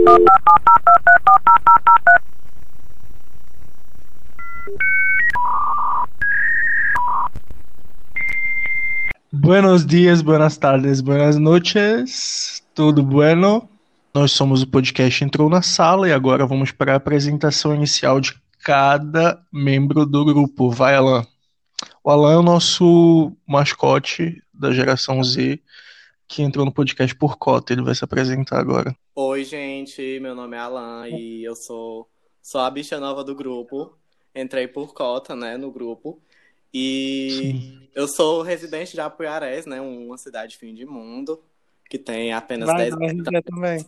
Buenos dias, buenas tardes, buenas noches, tudo bueno? Nós somos o podcast Entrou na Sala e agora vamos para a apresentação inicial de cada membro do grupo. Vai, Alan. O Alan é o nosso mascote da geração Z que entrou no podcast por cota. Ele vai se apresentar agora. Oi, gente, meu nome é Alan e eu sou a bicha nova do grupo. Entrei por cota, né, no grupo. E Sim. eu sou residente de Apuiarés, né, uma cidade fim de mundo, que tem apenas Vai 10 dar RG também.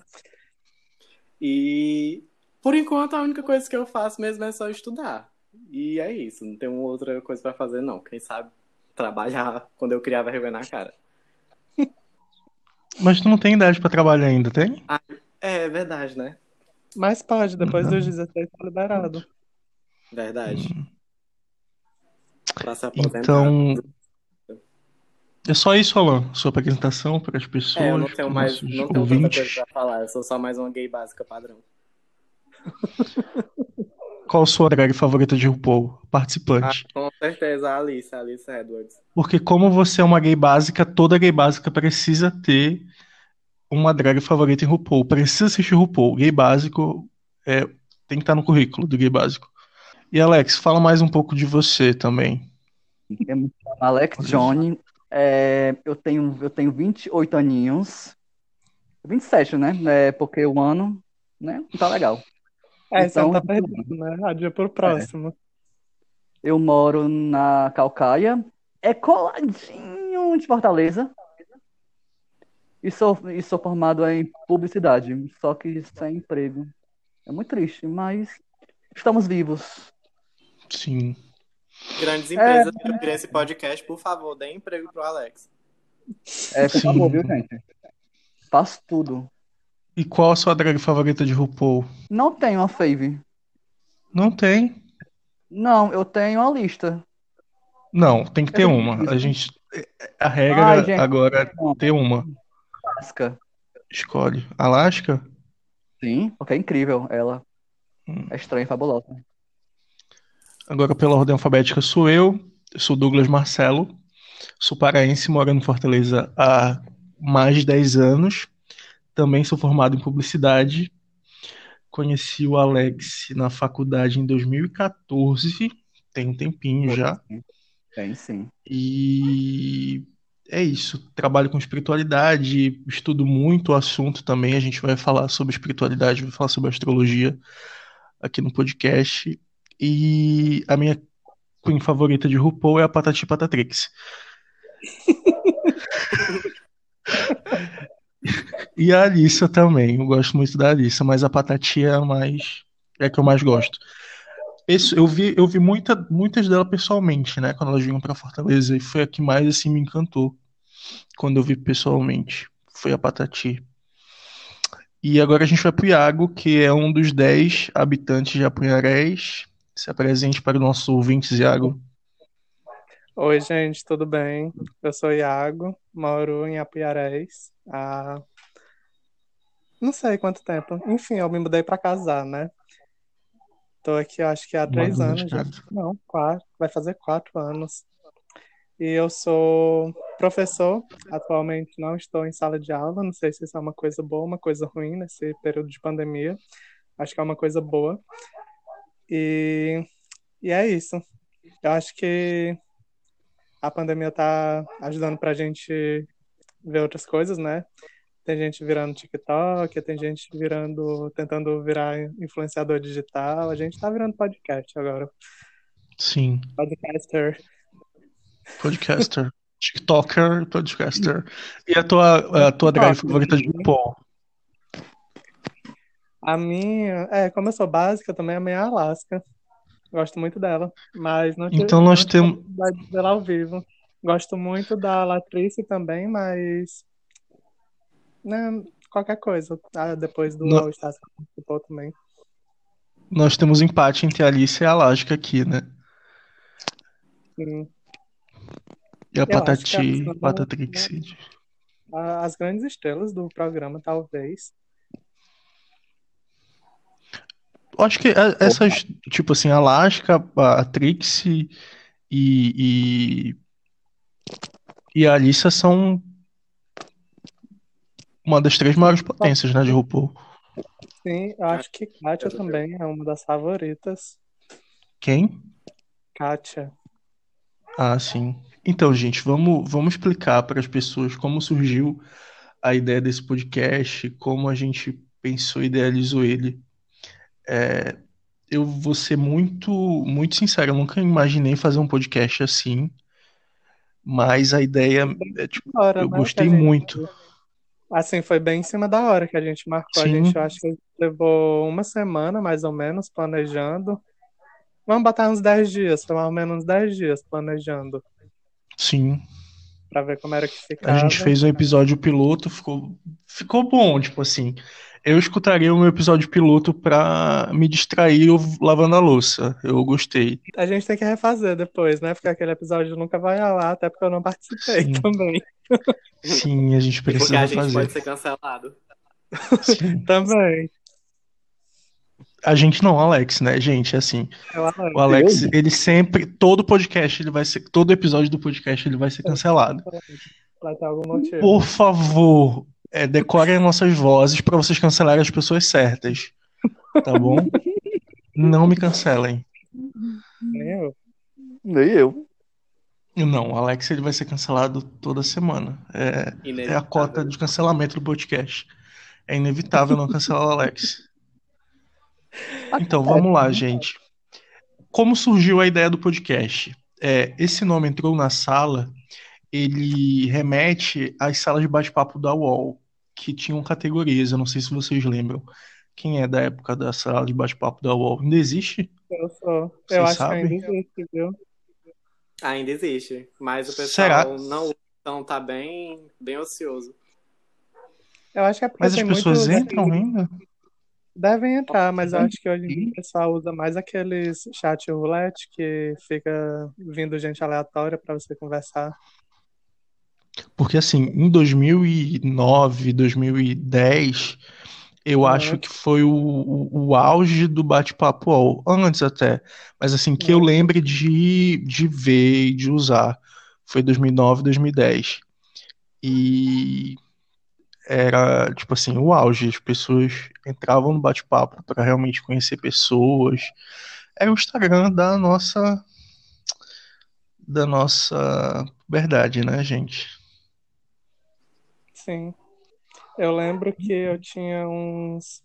E por enquanto a única coisa que eu faço mesmo é só estudar. E é isso, não tenho outra coisa pra fazer não. Quem sabe trabalhar quando eu criar vergonha na cara. Mas tu não tem idade pra trabalhar ainda, tem? Ah, é verdade, né? Mas pode, depois dos 16 tá liberado. Verdade. Pra se aposentar. Então, é só isso, Alan. Sua apresentação para as pessoas, Eu não para tenho os mais, nossos não tenho tanta coisa ouvintes. pra falar. Eu sou só mais uma gay básica padrão. Qual a sua drag favorita de RuPaul? Participante. Com certeza, a Alice Edwards. Porque como você é uma gay básica, toda gay básica precisa ter uma drag favorita em RuPaul. Precisa assistir RuPaul. Gay básico tem que estar no currículo do gay básico. E Alex, fala mais um pouco de você também. Eu me chamo Alex Johnny, eu tenho 28 aninhos, 27, né? Porque o ano, né? Não tá legal. Você não Então, tá perdido, né? Adia pro próximo. eu moro na Calcaia, é coladinho de Fortaleza, e sou formado em publicidade, só que sem emprego. É muito triste, mas estamos vivos. Sim. Grandes empresas que ouvirem esse podcast, por favor, deem emprego pro Alex. Por favor, viu, gente? Faço tudo. E qual a sua drag favorita de RuPaul? Não tenho uma fave. Não tem. Não, eu tenho a lista. Não, tem que ter É bem uma. difícil. A Ai, regra gente, agora é ter uma. Alaska. Escolhe. Alaska? Sim, porque é incrível ela. É estranha e fabulosa. Agora, pela ordem alfabética, sou eu. Eu sou Douglas Marcelo. Sou paraense, morando em Fortaleza há mais de 10 anos. Também sou formado em publicidade. Conheci o Alex na faculdade em 2014. Tem um tempinho já. Tem, sim. E é isso. Trabalho com espiritualidade, estudo muito o assunto também. A gente vai falar sobre espiritualidade, vai falar sobre astrologia aqui no podcast. E a minha queen favorita de RuPaul é a Patati Patatrix. E a Alissa também. Eu gosto muito da Alissa, mas a Patati é a que eu mais gosto. Eu vi muitas delas pessoalmente, né? Quando elas vinham pra Fortaleza. E foi a que mais assim me encantou. Quando eu vi pessoalmente. Foi a Patati. E agora a gente vai pro Iago, que é um dos 10 habitantes de Apunharés. Se apresente para os nossos ouvintes, Iago. Oi, gente, tudo bem? Eu sou Iago, moro em Apuiarés há não sei quanto tempo. Enfim, eu me mudei pra casar, né? Tô aqui, acho que há 3 anos já. Não, 4. Vai fazer 4 anos. E eu sou professor. Atualmente não estou em sala de aula. Não sei se isso é uma coisa boa ou uma coisa ruim nesse período de pandemia. Acho que é uma coisa boa. E é isso. Eu acho que a pandemia tá ajudando pra gente ver outras coisas, né? Tem gente virando TikTok, tem gente tentando virar influenciador digital. A gente tá virando podcast agora. Sim. Podcaster. TikToker, podcaster. E a tua drag favorita de RuPaul? A minha, como eu sou básica, também a minha é a Alaska. Gosto muito dela, mas não tive, Então não nós tive a temos. oportunidade de vê-la ao vivo. Gosto muito da Latrice também, mas né, qualquer coisa. Depois do All Stars que participou também. Nós temos empate entre a Alice e a Alaska aqui, né? Sim. E a Eu acho que Patatrix. as grandes estrelas do programa, talvez. Eu acho que essas, tipo assim, Alaska, a Trixie e, e a Alissa são uma das três maiores potências, né, de RuPaul. Sim, eu acho que Kátia também é uma das favoritas. Quem? Kátia. Ah, sim. Então, gente, vamos explicar para as pessoas como surgiu a ideia desse podcast, como a gente pensou e idealizou ele. Eu vou ser muito sincero, eu nunca imaginei fazer um podcast assim, mas a ideia é, tipo, Da hora, eu né? Que a gostei gente, muito. assim, foi bem em cima da hora que a gente marcou. A gente, eu Sim, acho que levou uma semana, mais ou menos, planejando. Vamos botar uns 10 dias, foi mais ou menos uns 10 dias planejando, sim. pra ver como era que A gente ficava. fez um episódio piloto, ficou bom, tipo assim. Eu escutaria o meu episódio piloto pra me distrair lavando a louça. Eu gostei. A gente tem que refazer depois, né? Porque aquele episódio nunca vai ao ar, até porque eu não participei Sim, também. sim, a gente E porque precisa a gente refazer. pode ser cancelado. Sim. Também. A gente não, Alex, né, gente? Assim, Eu o acho. Eu? Alex, ele sempre, todo podcast, ele vai ser, todo episódio do podcast, ele vai ser cancelado. Vai ter algum Por motivo. favor, decorem nossas vozes pra vocês cancelarem as pessoas certas, tá bom? Não me cancelem. Nem eu. Nem eu. Não, o Alex ele vai ser cancelado toda semana. É a cota Inevitável. de cancelamento do podcast. É inevitável não cancelar o Alex. Então, Acontece, vamos lá, né? gente. Como surgiu a ideia do podcast? Esse nome entrou na sala, ele remete às salas de bate-papo da UOL, que tinham categorias. Eu não sei se vocês lembram. Quem é da época da sala de bate-papo da UOL? Ainda existe? Eu sou. Eu Vocês acho que ainda sabem? existe, viu? Ainda existe, mas o Será? pessoal não usa, então tá bem ocioso. Eu acho que é porque Mas as tem pessoas muitos. entram ainda? Devem entrar, mas eu acho que hoje em dia o pessoal usa mais aqueles chat roulette que fica vindo gente aleatória pra você conversar. Porque assim, em 2009, 2010, eu acho que Antes, foi o auge do bate-papo UOL. Antes até. Mas assim, que eu antes. lembre de ver e de usar. Foi 2009, 2010. E era, tipo assim, o auge. As pessoas entravam no bate-papo para realmente conhecer pessoas. Era o Instagram da nossa verdade, né, gente? Sim. Eu lembro que eu tinha uns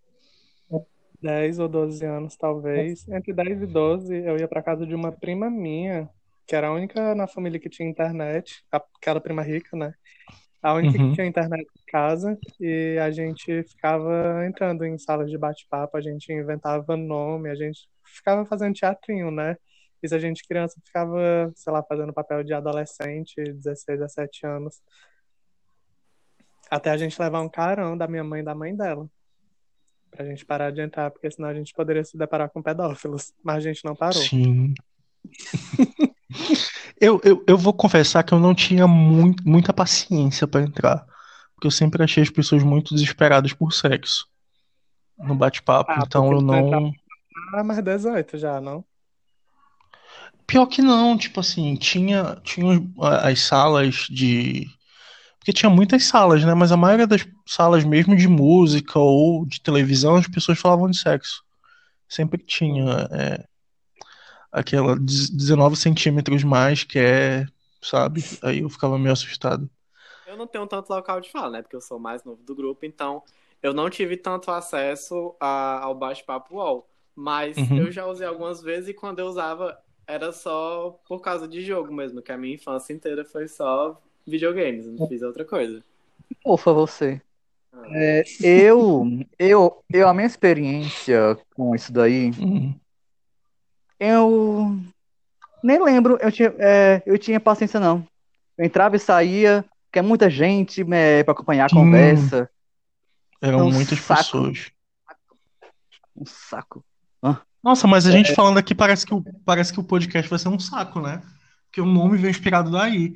10 ou 12 anos, talvez. Entre 10 e 12, eu ia pra casa de uma prima minha, que era a única na família que tinha internet, aquela prima rica, né? A única que Uhum. tinha internet em casa, e a gente ficava entrando em salas de bate-papo, a gente inventava nome, a gente ficava fazendo teatrinho, né? E se a gente criança ficava, sei lá, fazendo papel de adolescente, 16, 17 anos, até a gente levar um carão da minha mãe e da mãe dela, pra gente parar de entrar, porque senão a gente poderia se deparar com pedófilos, mas a gente não parou. Sim. Eu vou confessar que eu não tinha muita paciência pra entrar. Porque eu sempre achei as pessoas muito desesperadas por sexo no bate-papo. Ah, Então porque eu tu entrava não. mais 18 já, não? Pior que não, tipo assim, tinha as salas de. Porque tinha muitas salas, né? Mas a maioria das salas, mesmo de música ou de televisão, as pessoas falavam de sexo. Sempre Hum. tinha aquela 19 centímetros mais que sabe? Aí eu ficava meio assustado. Eu não tenho tanto local de fala, né? Porque eu sou o mais novo do grupo, então eu não tive tanto acesso ao bate-papo UOL. Mas eu Uhum. já usei algumas vezes e quando eu usava era só por causa de jogo mesmo, que a minha infância inteira foi só videogames, eu não fiz outra coisa. Ufa, você. Ah. A minha experiência com isso daí, Uhum. eu nem lembro, eu tinha paciência não. Eu entrava e saía, porque é muita gente pra acompanhar a Sim, conversa. É eram um muitas saco, pessoas. um saco. Ah, Nossa, mas a gente falando aqui parece que o podcast vai ser um saco, né? Porque o nome veio inspirado daí.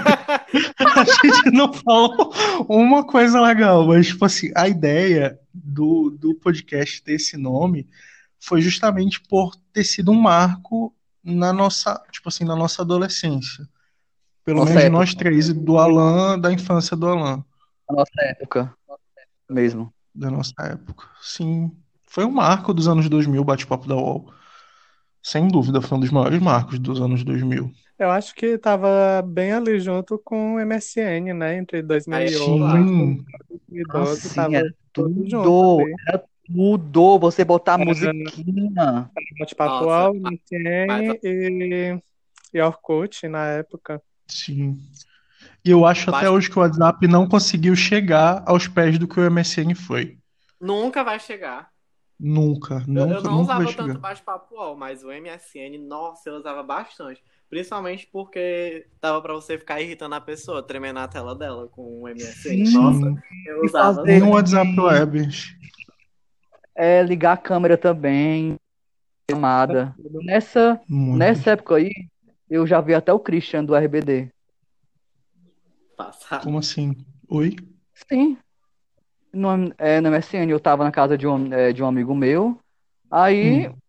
A gente não falou uma coisa legal, mas, tipo assim, a ideia do podcast ter esse nome foi justamente por ter sido um marco na nossa, tipo assim, na nossa adolescência. Pelo Nossa menos de época, nós três, e do Alan, da infância do Alan, a nossa época mesmo. da nossa época. Sim, foi um marco dos anos 2000, o Bate-Papo da UOL. Sem dúvida, foi um dos maiores marcos dos anos 2000. Eu acho que tava bem ali junto com o MSN, né? Entre Aí, 2008 Sim, e 2012, Assim, tava era tudo junto tudo, ali. era tudo. Você botar a Era musiquinha. Bate-Papo nossa, UOL, mas MSN e Orkut na época. sim. E eu acho até bate- hoje que o WhatsApp não conseguiu chegar aos pés do que o MSN foi. nunca vai chegar. Nunca, Eu nunca, não nunca vai usava chegar. tanto bate-papo UOL, mas o MSN, nossa, eu usava bastante. Principalmente porque dava pra você ficar irritando a pessoa, tremendo na tela dela com o MSN. Sim, Nossa, Sim. eu e usava E fazer no assim. WhatsApp Web? ligar a câmera também, chamada. Muito. Nessa época aí, eu já vi até o Christian do RBD. Passado. Como assim? Oi? Sim, no MSN, eu tava na casa de um amigo meu, aí Hum.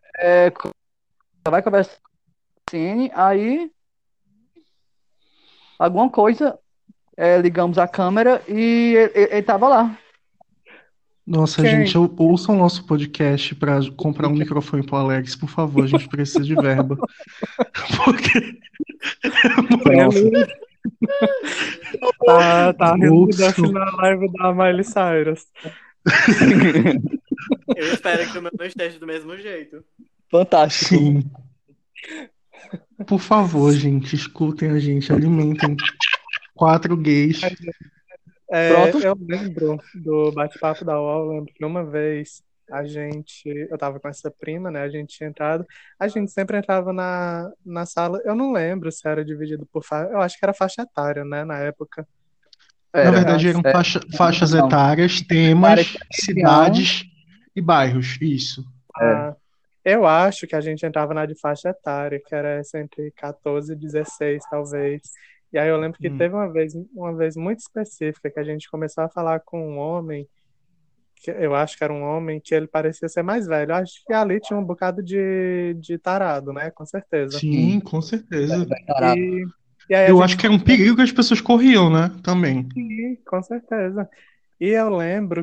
vai conversar com o MSN, aí alguma coisa, ligamos a câmera e ele tava lá. Nossa, Quem? gente, ouçam o nosso podcast para comprar um microfone pro Alex, por favor. A gente precisa de verba. Porque Nossa, Ele tá rindo do Duff ouçam. na live da Miley Cyrus. Eu espero que o meu não esteja do mesmo jeito. fantástico. Sim. Por favor, gente, escutem a gente, alimentem quatro gays. Pronto? Eu lembro do bate-papo da UOL, eu lembro que uma vez eu tava com essa prima, né? A gente tinha entrado, a gente sempre entrava na sala, eu não lembro se era dividido por faixa, eu acho que era faixa etária, né? Na época. Na Eu Era. verdade, acho. eram faixas Não, etárias, área de temas, região, cidades e bairros. Isso. era. Ah, eu acho que a gente entrava na de faixa etária, que era essa entre 14 e 16, talvez. E aí eu lembro que Hum. teve uma vez muito específica que a gente começou a falar com um homem, que eu acho que era um homem que ele parecia ser mais velho. Eu acho que ali tinha um bocado de tarado, né? Com certeza. Sim, Sim, com certeza. bem tarado. E, e aí a Eu gente acho que era um perigo que as pessoas corriam, né? Também. sim, com certeza. E eu lembro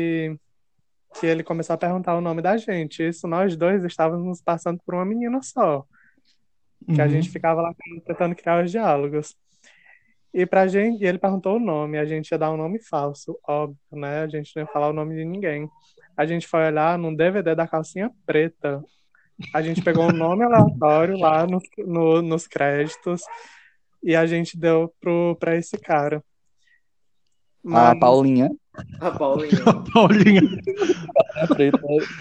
que ele começou a perguntar o nome da gente. Isso nós dois estávamos passando por uma menina só, que a gente Uhum. ficava lá tentando criar os diálogos. E ele perguntou o nome, a gente ia dar um nome falso, óbvio, né? A gente não ia falar o nome de ninguém. A gente foi olhar num DVD da calcinha preta. A gente pegou um nome aleatório lá nos créditos e a gente deu pra esse cara. A Mas, Paulinha, A Paulinha. Paulinha. a preta,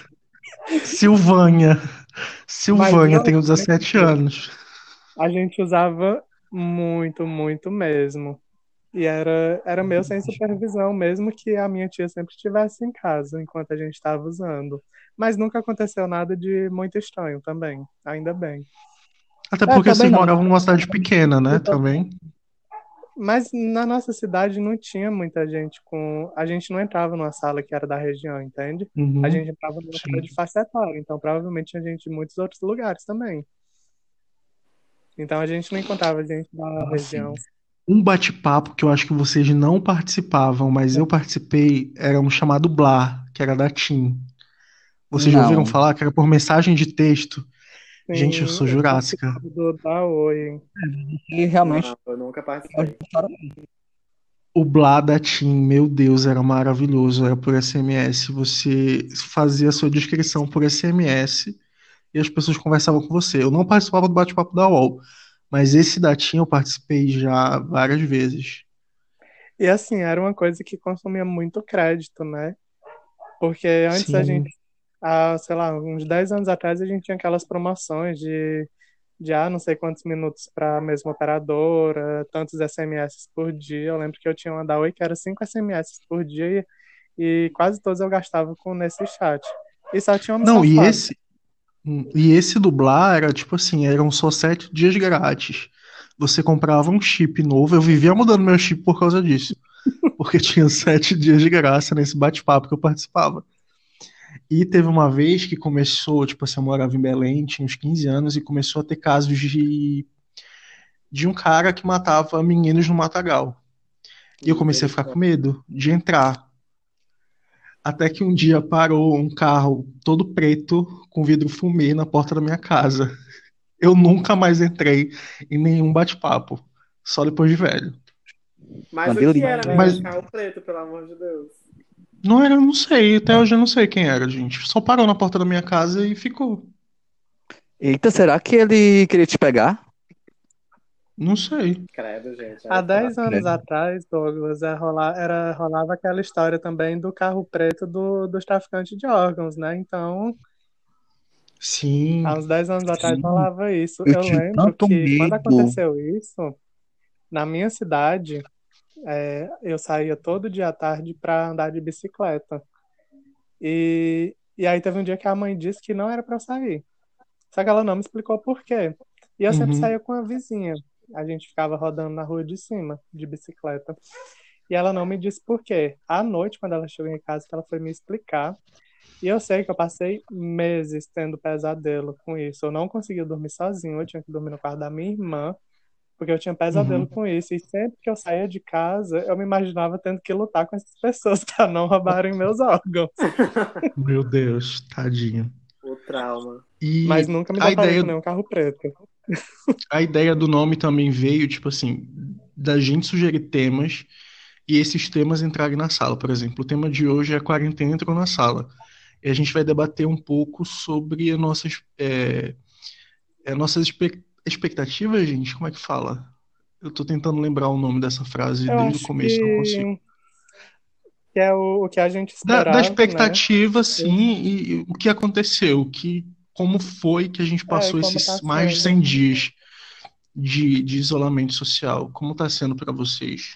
Silvânia. mas Silvânia, eu tenho 17 anos. a gente usava muito, muito mesmo. E era meio sem supervisão, mesmo que a minha tia sempre estivesse em casa enquanto a gente estava usando. Mas nunca aconteceu nada de muito estranho também, ainda bem. Até porque também vocês não. moravam numa cidade pequena, né? Também. Mas na nossa cidade não tinha muita gente com. A gente não entrava numa sala que era da região, entende? A Uhum. gente entrava numa sala Sim. de faixa etária, então provavelmente tinha gente de muitos outros lugares também. Então a gente não encontrava gente da região. Um bate-papo que eu acho que vocês não participavam, mas eu participei, era um chamado Blá, que era da TIM. Vocês já ouviram Não. falar que era por mensagem de texto? Gente, eu Sim, sou eu jurássica. participava do da Oi. E realmente, Não, eu nunca participei. O Blá da TIM, meu Deus, era maravilhoso. Era por SMS. Você fazia a sua descrição por SMS e as pessoas conversavam com você. Eu não participava do bate-papo da UOL, mas esse da TIM eu participei já várias vezes. E assim, era uma coisa que consumia muito crédito, né? Porque antes a Sim, gente, sei lá, uns 10 anos atrás, a gente tinha aquelas promoções de não sei quantos minutos para a mesma operadora, tantos SMS por dia. Eu lembro que eu tinha uma da Oi que era 5 SMS por dia e quase todos eu gastava com nesse chat. E só tinha homem não, safado. e esse dublar era tipo assim, eram só 7 dias grátis. Você comprava um chip novo, eu vivia mudando meu chip por causa disso. porque tinha 7 dias de graça nesse bate-papo que eu participava. E teve uma vez que começou, tipo assim, eu morava em Belém, tinha uns 15 anos, e começou a ter casos de um cara que matava meninos no matagal. E eu comecei a ficar com Misericórdia. medo de entrar. Até que um dia parou um carro todo preto, com vidro fumê, na porta da minha casa. Eu nunca mais entrei em nenhum bate-papo. Só depois de velho. Mas Uma o que delícia. era Mas nesse carro preto, pelo amor de Deus? não era, não sei, até hoje eu não sei quem era, gente. Só parou na porta da minha casa e ficou. Eita, será que ele queria te pegar? Não sei. Credo, gente, Há aí tá. 10 anos atrás, Douglas, rolava aquela história também do carro preto dos traficantes de órgãos, né? Então, Sim. há uns 10 anos atrás Sim, rolava isso. eu Eu tinha lembro tanto que quando medo. aconteceu isso, na minha cidade, eu saía todo dia à tarde para andar de bicicleta. E aí teve um dia que a mãe disse que não era para eu sair. Só que ela não me explicou por quê. E eu sempre Uhum. saía com a vizinha. A gente ficava rodando na rua de cima, de bicicleta. E ela não me disse por quê. À noite, quando ela chegou em casa, ela foi me explicar. E eu sei que eu passei meses tendo pesadelo com isso. Eu não conseguia dormir sozinho, eu tinha que dormir no quarto da minha irmã, porque eu tinha pesadelo Uhum. com isso. E sempre que eu saía de casa, eu me imaginava tendo que lutar com essas pessoas para não roubarem meus órgãos. Meu Deus, tadinho. O trauma. Mas E nunca me a deparei ideia, com nenhum carro preto. a ideia do nome também veio, tipo assim, da gente sugerir temas e esses temas entrarem na sala. Por exemplo, o tema de hoje é quarentena entrou na sala. E a gente vai debater um pouco sobre nossas expectativas, gente. Como é que fala? Eu tô tentando lembrar o nome dessa frase Eu desde o acho começo, não consigo. que é o que a gente Da esperava, né? expectativa, sim, e o que aconteceu, como foi que a gente E passou como tá esses mais de sendo. 100 dias de isolamento social. Como tá sendo para vocês?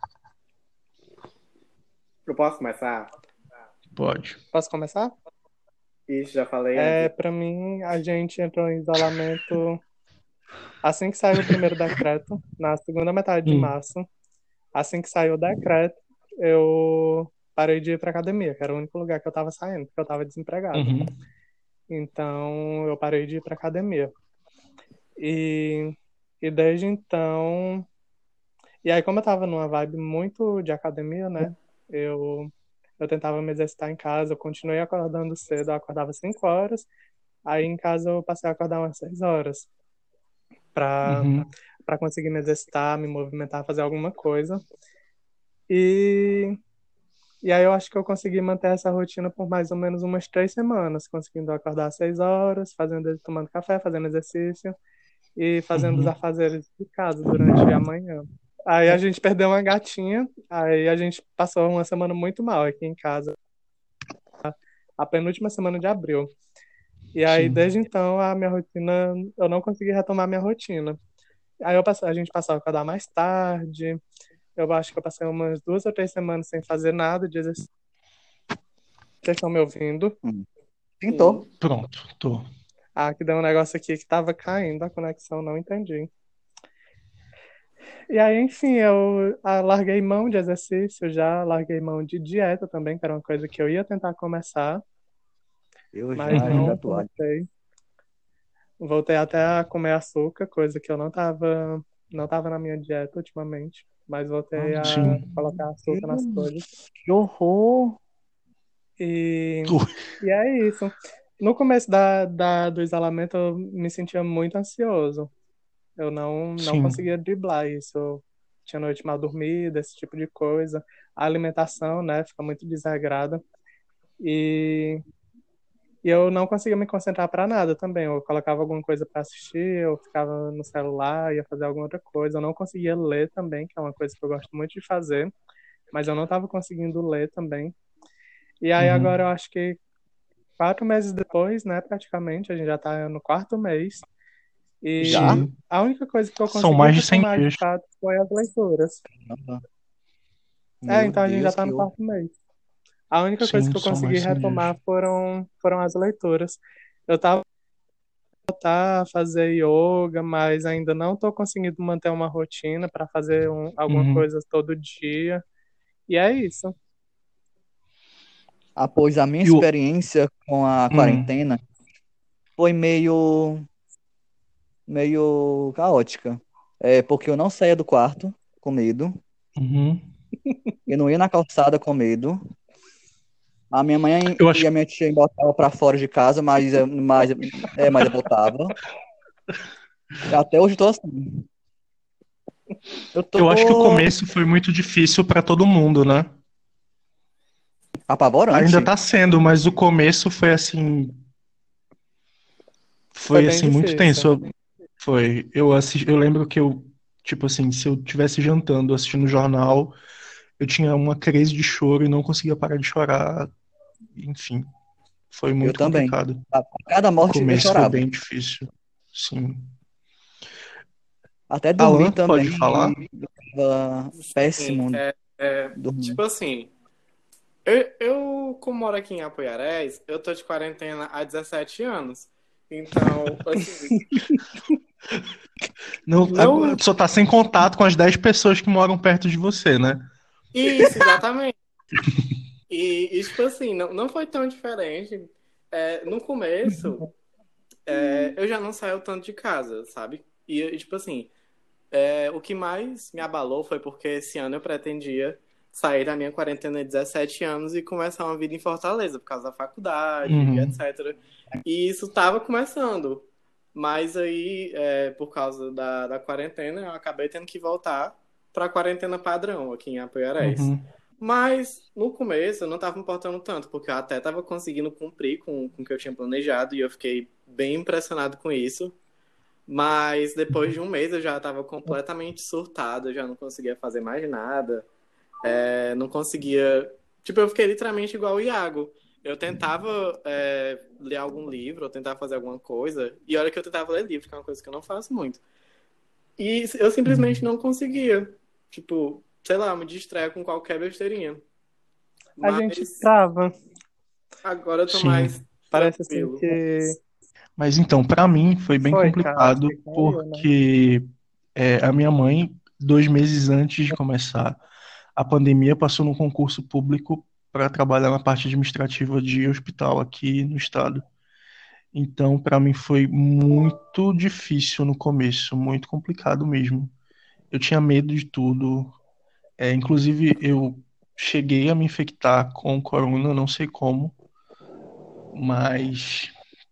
Eu posso começar? Pode. Posso começar? Ixi, já falei antes. Para mim, a gente entrou em isolamento assim que saiu o primeiro decreto, na segunda metade de Hum. março. Assim que saiu o decreto, eu parei de ir para academia, que era o único lugar que eu estava saindo, porque eu estava desempregado. Uhum. Então, eu parei de ir para academia. E, e desde então. E aí, como eu estava numa vibe muito de academia, né? Eu tentava me exercitar em casa, eu continuei acordando cedo, eu acordava 5 horas. Aí em casa eu passei a acordar umas 6 horas para Uhum. para conseguir me exercitar, me movimentar, fazer alguma coisa. E, e aí eu acho que eu consegui manter essa rotina por mais ou menos umas 3 semanas, conseguindo acordar às 6 horas, tomando café, fazendo exercício e fazendo os Uhum. afazeres de casa durante a manhã. Aí a gente perdeu uma gatinha, aí a gente passou uma semana muito mal aqui em casa, a penúltima semana de abril. E aí, Sim. desde então, a minha rotina, eu não consegui retomar minha rotina. Aí a gente passou a acordar mais tarde. Eu acho que eu passei umas 2 ou 3 semanas sem fazer nada de exercício. Vocês estão me ouvindo? Pintou. Sim. Pronto, tô. Ah, que deu um negócio aqui que tava caindo a conexão, não entendi. E aí, enfim, eu larguei mão de exercício já, larguei mão de dieta também, que era uma coisa que eu ia tentar começar, Eu mas já joguei não a toalha. comecei. Voltei até a comer açúcar, coisa que eu não tava na minha dieta ultimamente, mas voltei a Sim. colocar açúcar nas coisas. Que horror. E, Tô. e é isso. No começo do isolamento, eu me sentia muito ansioso. Eu não Sim. conseguia driblar isso. Eu tinha noite mal dormida, esse tipo de coisa. A alimentação, né, fica muito desregrada. E, e eu não conseguia me concentrar para nada também. Eu colocava alguma coisa para assistir, eu ficava no celular, ia fazer alguma outra coisa. Eu não conseguia ler também, que é uma coisa que eu gosto muito de fazer, mas eu não estava conseguindo ler também. E aí agora eu Uhum. acho que 4 meses depois, né, praticamente, a gente já está no quarto mês. Já? E Sim. a única coisa que eu São consegui mais de 100 retomar de dias. fato foi as leituras. Meu Então a gente já Deus, está que no horror. quarto mês. A única coisa Sim, que eu são consegui mais de 100 dias. retomar foram as leituras. Eu tava a fazer yoga, mas ainda não estou conseguindo manter uma rotina para fazer alguma Uhum. coisa todo dia. E é isso. Após a minha E o. experiência com a Hum, quarentena, foi meio caótica. Porque eu não saía do quarto com medo, uhum. eu não ia na calçada com medo. A minha mãe Eu e acho, a minha tia me botavam pra fora de casa, mas eu voltava. Até hoje eu tô assim. Eu eu acho que o tô começo foi muito difícil para todo mundo, né? Ainda apavorante. tá sendo, mas o começo foi assim, Foi foi bem assim muito tenso. difícil. Foi, eu lembro que eu, tipo assim, se eu tivesse jantando, assistindo o jornal, eu tinha uma crise de choro e não conseguia parar de chorar. Enfim, foi Eu muito também. complicado. A cada O morte eu começo foi chorava. bem difícil. Sim. Até dormir Alan, tu pode também, falar? eu tava Sim, péssimo dormir. tipo assim, como moro aqui em Apoiarés, eu tô de quarentena há 17 anos. Então, assim, Não, agora, não. tu só tá sem contato com as 10 pessoas que moram perto de você, né? Isso, exatamente. Tipo assim, não foi tão diferente. No começo, eu já não saía tanto de casa, sabe? Tipo assim, o que mais me abalou foi porque esse ano eu pretendia sair da minha quarentena de 17 anos e começar uma vida em Fortaleza, por causa da faculdade e Uhum, etc. E isso estava começando. Mas aí, por causa da quarentena, eu acabei tendo que voltar para a quarentena padrão aqui em Apoiarés. uhum, Mas no começo eu não estava me importando tanto, porque eu até estava conseguindo cumprir com o que eu tinha planejado e eu fiquei bem impressionado com isso. Mas depois de um mês eu já estava completamente surtado, eu já não conseguia fazer mais nada, não conseguia. Tipo, eu fiquei literalmente igual o Iago. Eu tentava ler algum livro, eu tentava fazer alguma coisa, e olha que eu tentava ler livro, que é uma coisa que eu não faço muito. E eu simplesmente uhum. não conseguia. Tipo, sei lá, me distraia com qualquer besteirinha. A gente Mas trava. agora eu tô mais Sim. Parece assim tranquilo. que Mas então, pra mim foi bem foi, cara, acho complicado que caiu, né? porque a minha mãe, 2 meses antes de começar a pandemia, passou num concurso público para trabalhar na parte administrativa de hospital aqui no estado. Então, para mim foi muito difícil no começo, muito complicado mesmo. Eu tinha medo de tudo. Inclusive, eu cheguei a me infectar com corona, não sei como, mas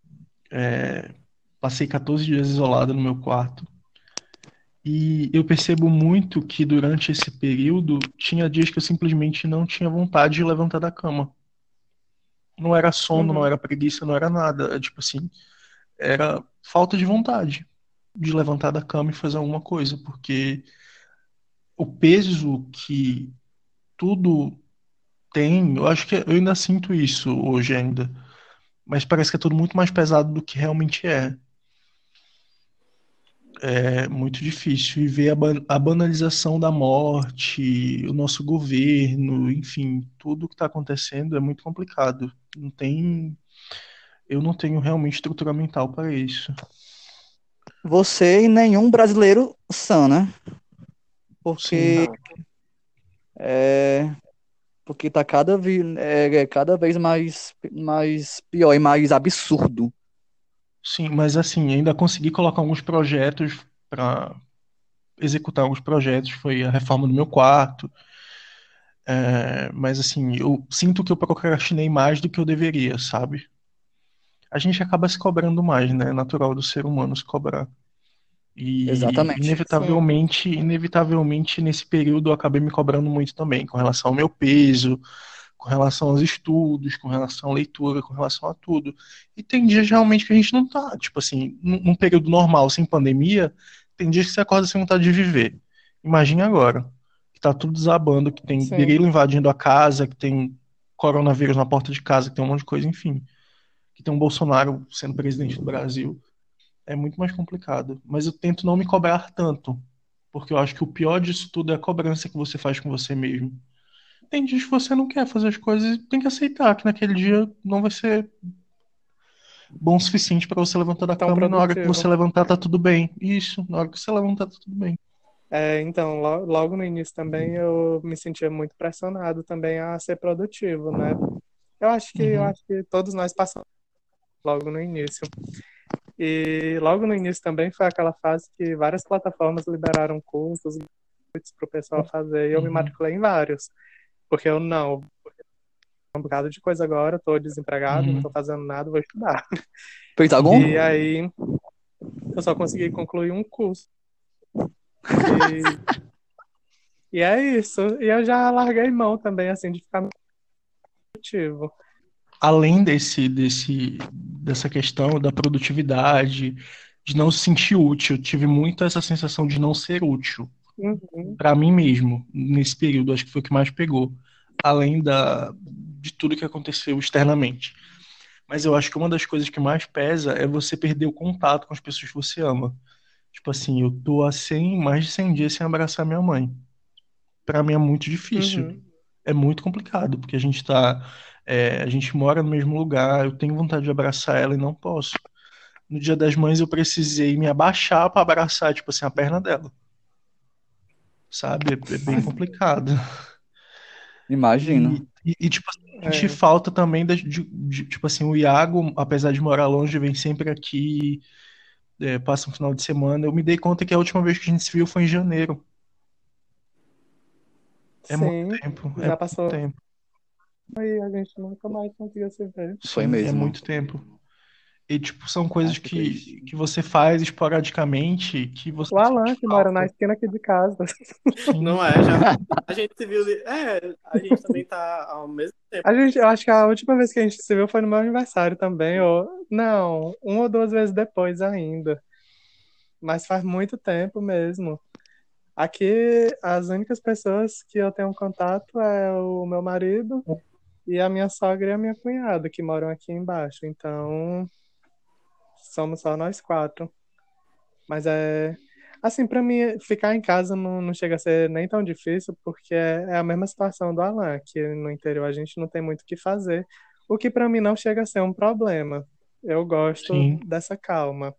passei 14 dias isolado no meu quarto. E eu percebo muito que durante esse período tinha dias que eu simplesmente não tinha vontade de levantar da cama. Não era sono, não Uhum. era preguiça, não era nada. Tipo assim, era falta de vontade de levantar da cama e fazer alguma coisa, porque o peso que tudo tem, eu acho que eu ainda sinto isso hoje ainda, mas parece que é tudo muito mais pesado do que realmente é. É muito difícil. E ver a banalização da morte, o nosso governo, enfim, tudo que está acontecendo é muito complicado. Não tem, eu não tenho realmente estrutura mental para isso. Você e nenhum brasileiro sã, né? Porque Sim, Não. é, porque tá cada vez mais pior e mais absurdo. sim, mas assim, ainda consegui colocar alguns projetos para executar alguns projetos. Foi a reforma do meu quarto. Mas assim, eu sinto que eu procrastinei mais do que eu deveria, sabe? A gente acaba se cobrando mais, né? É natural do ser humano se cobrar. E Exatamente. Sim. inevitavelmente nesse período eu acabei me cobrando muito também, com relação ao meu peso, com relação aos estudos, com relação à leitura, com relação a tudo. E tem dias realmente que a gente não tá, tipo assim, num período normal, sem pandemia, tem dias que você acorda sem vontade de viver. Imagine agora, que tá tudo desabando, que tem Sim. grilo invadindo a casa, que tem coronavírus na porta de casa, que tem um monte de coisa, enfim, que tem um Bolsonaro sendo presidente do Brasil. É muito mais complicado. Mas eu tento não me cobrar tanto, porque eu acho que o pior disso tudo é a cobrança que você faz com você mesmo. Tem dias que você não quer fazer as coisas e tem que aceitar que naquele dia não vai ser bom o suficiente para você levantar da Tão cama e na hora que você produtivo. levantar tá tudo bem. Isso, na hora que você levantar tá tudo bem. Então, logo no início também eu me sentia muito pressionado também a ser produtivo, né? Eu Uhum, acho que todos nós passamos logo no início. E logo no início também foi aquela fase que várias plataformas liberaram cursos para o pessoal fazer, e eu me uhum, matriculei em vários, porque eu não, um bocado de coisa agora, estou desempregado, não estou uhum. fazendo nada, vou estudar. Fez E algum? aí eu só consegui concluir um curso. E, e é isso. E eu já larguei mão também, assim, de ficar produtivo. Além dessa questão da produtividade, de não se sentir útil, eu tive muito essa sensação de não ser útil Uhum, para mim mesmo nesse período. Acho que foi o que mais pegou, além de tudo que aconteceu externamente. Mas eu acho que uma das coisas que mais pesa é você perder o contato com as pessoas que você ama. Tipo assim, eu tô há mais de 100 dias sem abraçar minha mãe. Pra mim é muito difícil. uhum. É muito complicado, porque a gente mora no mesmo lugar, eu tenho vontade de abraçar ela e não posso. No Dia das Mães eu precisei me abaixar pra abraçar, tipo assim, a perna dela, sabe? É bem complicado. Imagino. Tipo assim, eu senti É, falta também tipo assim, o Iago, apesar de morar longe, vem sempre aqui, passa um final de semana. Eu me dei conta que a última vez que a gente se viu foi em janeiro. É muito sim, tempo, é já muito passou tempo. e a gente nunca mais conseguiu se ver. Foi Sim, é mesmo. muito tempo. E, tipo, são coisas Ai, que triste. que você faz esporadicamente que você O Alan, sente que mora na falta. esquina aqui de casa. Sim. Não é? Já a gente se viu. A gente também tá ao mesmo tempo. Eu acho que a última vez que a gente se viu foi no meu aniversário também, ou não, uma ou duas vezes depois ainda. Mas faz muito tempo mesmo. Aqui, as únicas pessoas que eu tenho contato é o meu marido e a minha sogra e a minha cunhada, que moram aqui embaixo. Então, somos só nós quatro. Mas é. Assim, pra mim, ficar em casa não chega a ser nem tão difícil, porque é a mesma situação do Alan, que no interior a gente não tem muito o que fazer. O que pra mim não chega a ser um problema. Eu gosto Sim. dessa calma.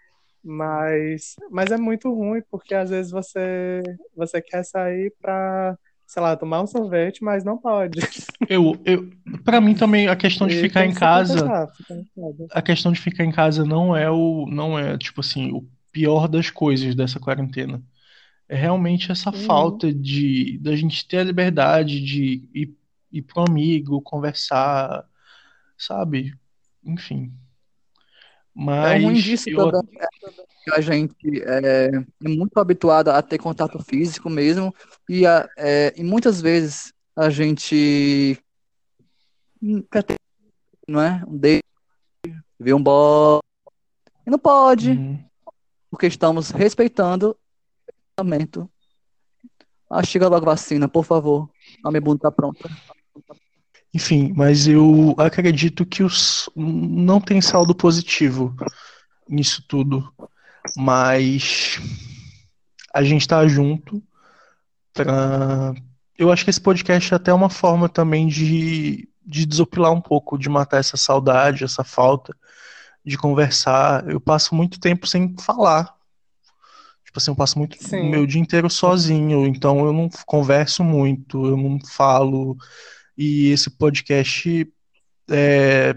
Mas é muito ruim, porque às vezes você quer sair pra, sei lá, tomar um sorvete, mas não pode. Para mim também a questão de E ficar tem em que se casa, compensar. Fica em casa. a questão de ficar em casa não é tipo assim, o pior das coisas dessa quarentena. É realmente essa Uhum. falta da gente ter a liberdade de ir pro amigo, conversar, sabe? Enfim. É o ruim Mas disso também, que a gente é muito habituado a ter contato físico mesmo, e muitas vezes a gente quer ter, não é? Um date, ver um bola, e não pode, uhum. porque estamos respeitando o tratamento. Ah, chega logo a vacina, por favor. A minha bunda tá pronta. Enfim, mas eu acredito que não tem saldo positivo nisso tudo. Mas a gente tá junto pra. Eu acho que esse podcast é até uma forma também de desopilar um pouco, de matar essa saudade, essa falta de conversar. Eu passo muito tempo sem falar. Tipo assim, eu passo muito o meu Sim. dia inteiro sozinho, então eu não converso muito, eu não falo. E esse podcast é,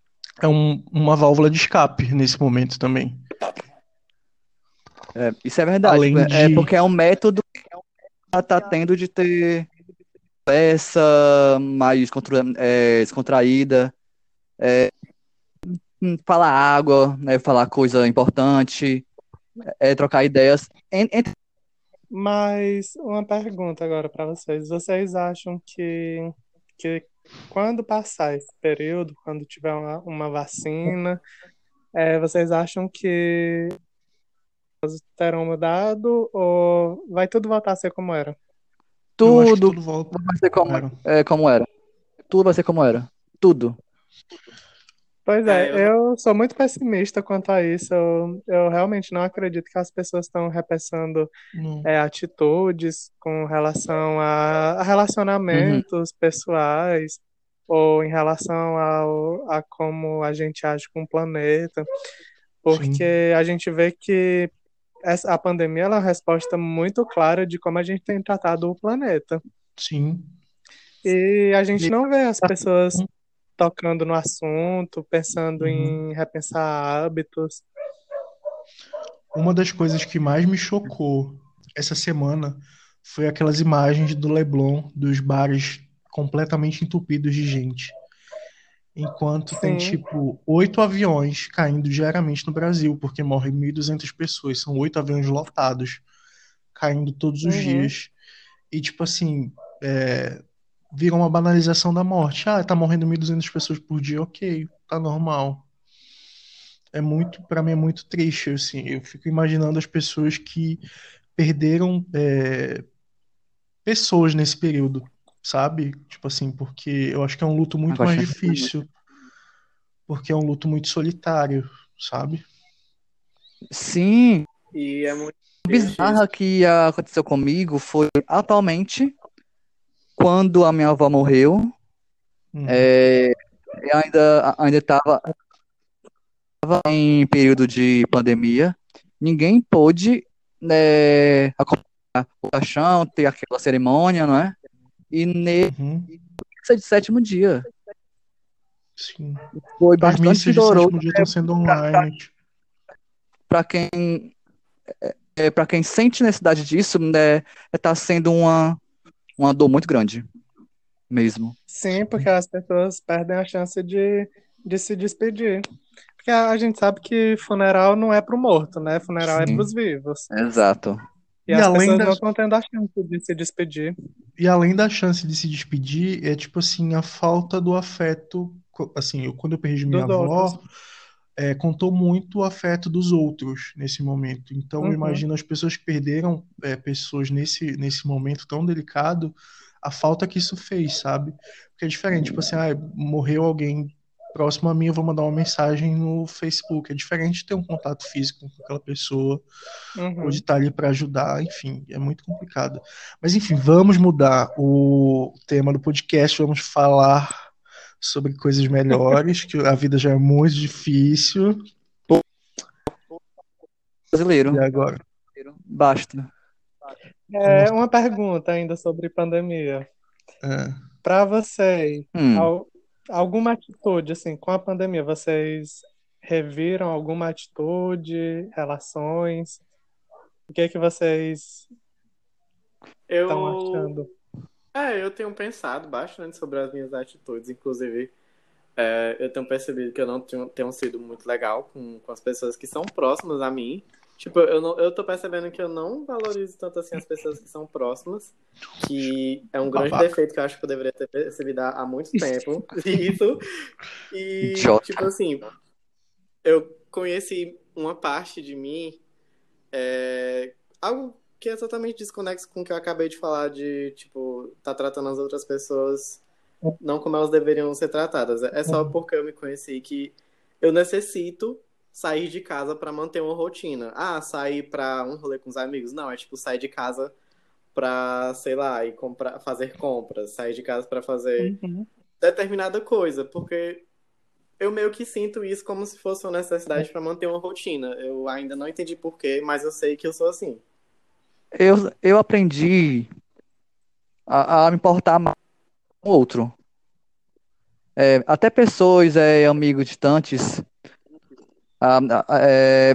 uma válvula de escape nesse momento também. É, isso é verdade. Além É de. porque é um método que ela tá tendo de ter essa mais descontraída, falar água, né, falar coisa importante, trocar ideias. Mas uma pergunta agora para vocês. Vocês acham que quando passar esse período, quando tiver uma vacina, vocês acham que terão mudado ou vai tudo voltar a ser como era? Eu acho que Tudo tudo volta vai ser como era. como era. Tudo vai ser como era. Tudo. Pois É, é, eu, eu sou muito pessimista quanto a isso. Eu realmente não acredito que as pessoas estão repensando Não. atitudes com relação a Uhum, relacionamentos pessoais ou em relação a como a gente age com o planeta, Sim. porque a gente vê que a pandemia ela é uma resposta muito clara de como a gente tem tratado o planeta. Sim. E a gente não vê as pessoas Uhum. tocando no assunto, pensando Uhum. em repensar hábitos. Uma das coisas que mais me chocou essa semana foi aquelas imagens do Leblon, dos bares completamente entupidos de gente. Enquanto tem, Sim, tipo, 8 aviões caindo diariamente no Brasil, porque morrem 1.200 pessoas. São 8 aviões lotados, caindo todos os uhum, dias. E, tipo assim, vira uma banalização da morte. Ah, tá morrendo 1.200 pessoas por dia, ok, tá normal. Pra mim é muito triste, assim. Eu fico imaginando as pessoas que perderam pessoas nesse período, sabe? Tipo assim, porque eu acho que é um luto muito mais bastante. difícil, porque é um luto muito solitário, sabe? Sim, E é muito triste isso. bizarra que aconteceu comigo foi atualmente quando a minha avó morreu. Hum. É, eu ainda estava em período de pandemia. Ninguém pôde, acompanhar o caixão, ter aquela cerimônia, não é? E nesse Uhum. de sétimo dia Sim. foi As bastante missas de doloroso sétimo dia estão sendo online. para quem sente necessidade disso, né? Está sendo uma dor muito grande mesmo. sim, porque as pessoas perdem a chance de se despedir. Porque a gente sabe que funeral não é pro morto, né? Funeral é Sim, pros vivos. exato. E E as além pessoas da, não estão tendo a chance de se despedir. e além da chance de se despedir, é tipo assim, a falta do afeto. Assim, quando eu perdi minha Dos outros. avó, contou muito o afeto dos outros nesse momento. Então, eu Uhum. imagino as pessoas que perderam pessoas nesse momento tão delicado, a falta que isso fez, sabe? Porque é diferente, tipo assim, morreu alguém próximo a mim, eu vou mandar uma mensagem no Facebook. É diferente de ter um contato físico com aquela pessoa, ou de Uhum. estar ali para ajudar, enfim, é muito complicado. Mas, enfim, vamos mudar o tema do podcast, vamos falar sobre coisas melhores, que a vida já é muito difícil. E Brasileiro, agora? basta. Como É uma pergunta ainda sobre pandemia. é, Para vocês, Hum, alguma atitude, assim, com a pandemia, vocês reviram alguma atitude, relações? O que é que vocês estão Eu, achando? eu tenho pensado bastante sobre as minhas atitudes, inclusive eu tenho percebido que eu não tenho sido muito legal com as pessoas que são próximas a mim. Tipo, eu tô percebendo que eu não valorizo tanto assim as pessoas que são próximas, que é um grande babaca? defeito que eu acho que eu deveria ter percebido há muito tempo. Isso. E, tipo idiota. assim, eu conheci uma parte de mim, algo que é totalmente desconexo com o que eu acabei de falar de, tipo, tá tratando as outras pessoas não como elas deveriam ser tratadas. É só porque eu me conheci que eu necessito sair de casa para manter uma rotina. Ah, sair para um rolê com os amigos? Não, é tipo sair de casa para, sei lá, ir comprar, fazer compras, sair de casa para fazer Uhum. determinada coisa, porque eu meio que sinto isso como se fosse uma necessidade para manter uma rotina. Eu ainda não entendi por quê, mas eu sei que eu sou assim. Eu aprendi a me importar mais com o outro. Até pessoas, amigos distantes, ah, ah, é,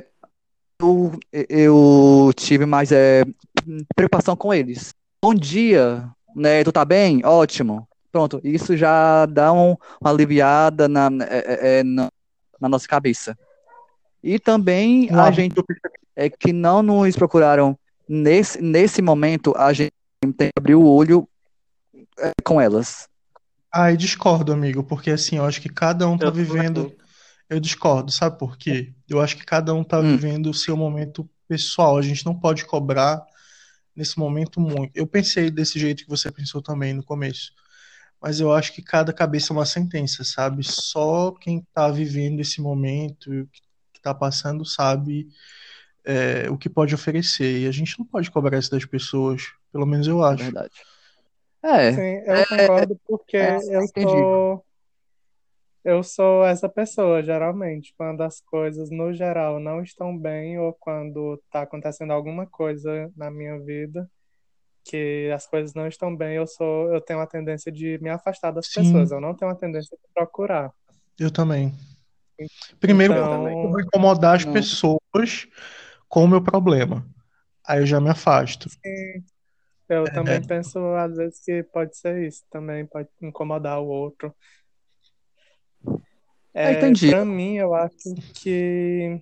eu tive mais preocupação com eles. Bom dia, né? Tu tá bem? Ótimo. Pronto, isso já dá uma aliviada na nossa cabeça. E também Um a hábito gente que eu percebi. que não nos procuraram nesse momento, a gente tem que abrir o olho com elas. Ah, eu discordo, amigo, porque assim, eu acho que cada um tá Eu vivendo. também. Eu discordo, sabe por quê? Eu acho que cada um tá Hum, vivendo o seu momento pessoal. A gente não pode cobrar nesse momento muito. Eu pensei desse jeito que você pensou também no começo. Mas eu acho que cada cabeça é uma sentença, sabe? Só quem tá vivendo esse momento, que tá passando, sabe o que pode oferecer. E a gente não pode cobrar isso das pessoas, pelo menos eu é acho. verdade. É, Sim, eu concordo porque é eu entendível. sou Eu sou essa pessoa, geralmente, quando as coisas no geral não estão bem ou quando está acontecendo alguma coisa na minha vida que as coisas não estão bem, eu tenho a tendência de me afastar das pessoas. Sim, Eu não tenho a tendência de procurar. eu também. Primeiro, Eu porque também. eu Então, vou incomodar as Não. pessoas com o meu problema. Aí eu já me afasto. sim, eu É, também penso às vezes que pode ser isso, também pode incomodar o outro. Entendi. Para mim, eu acho que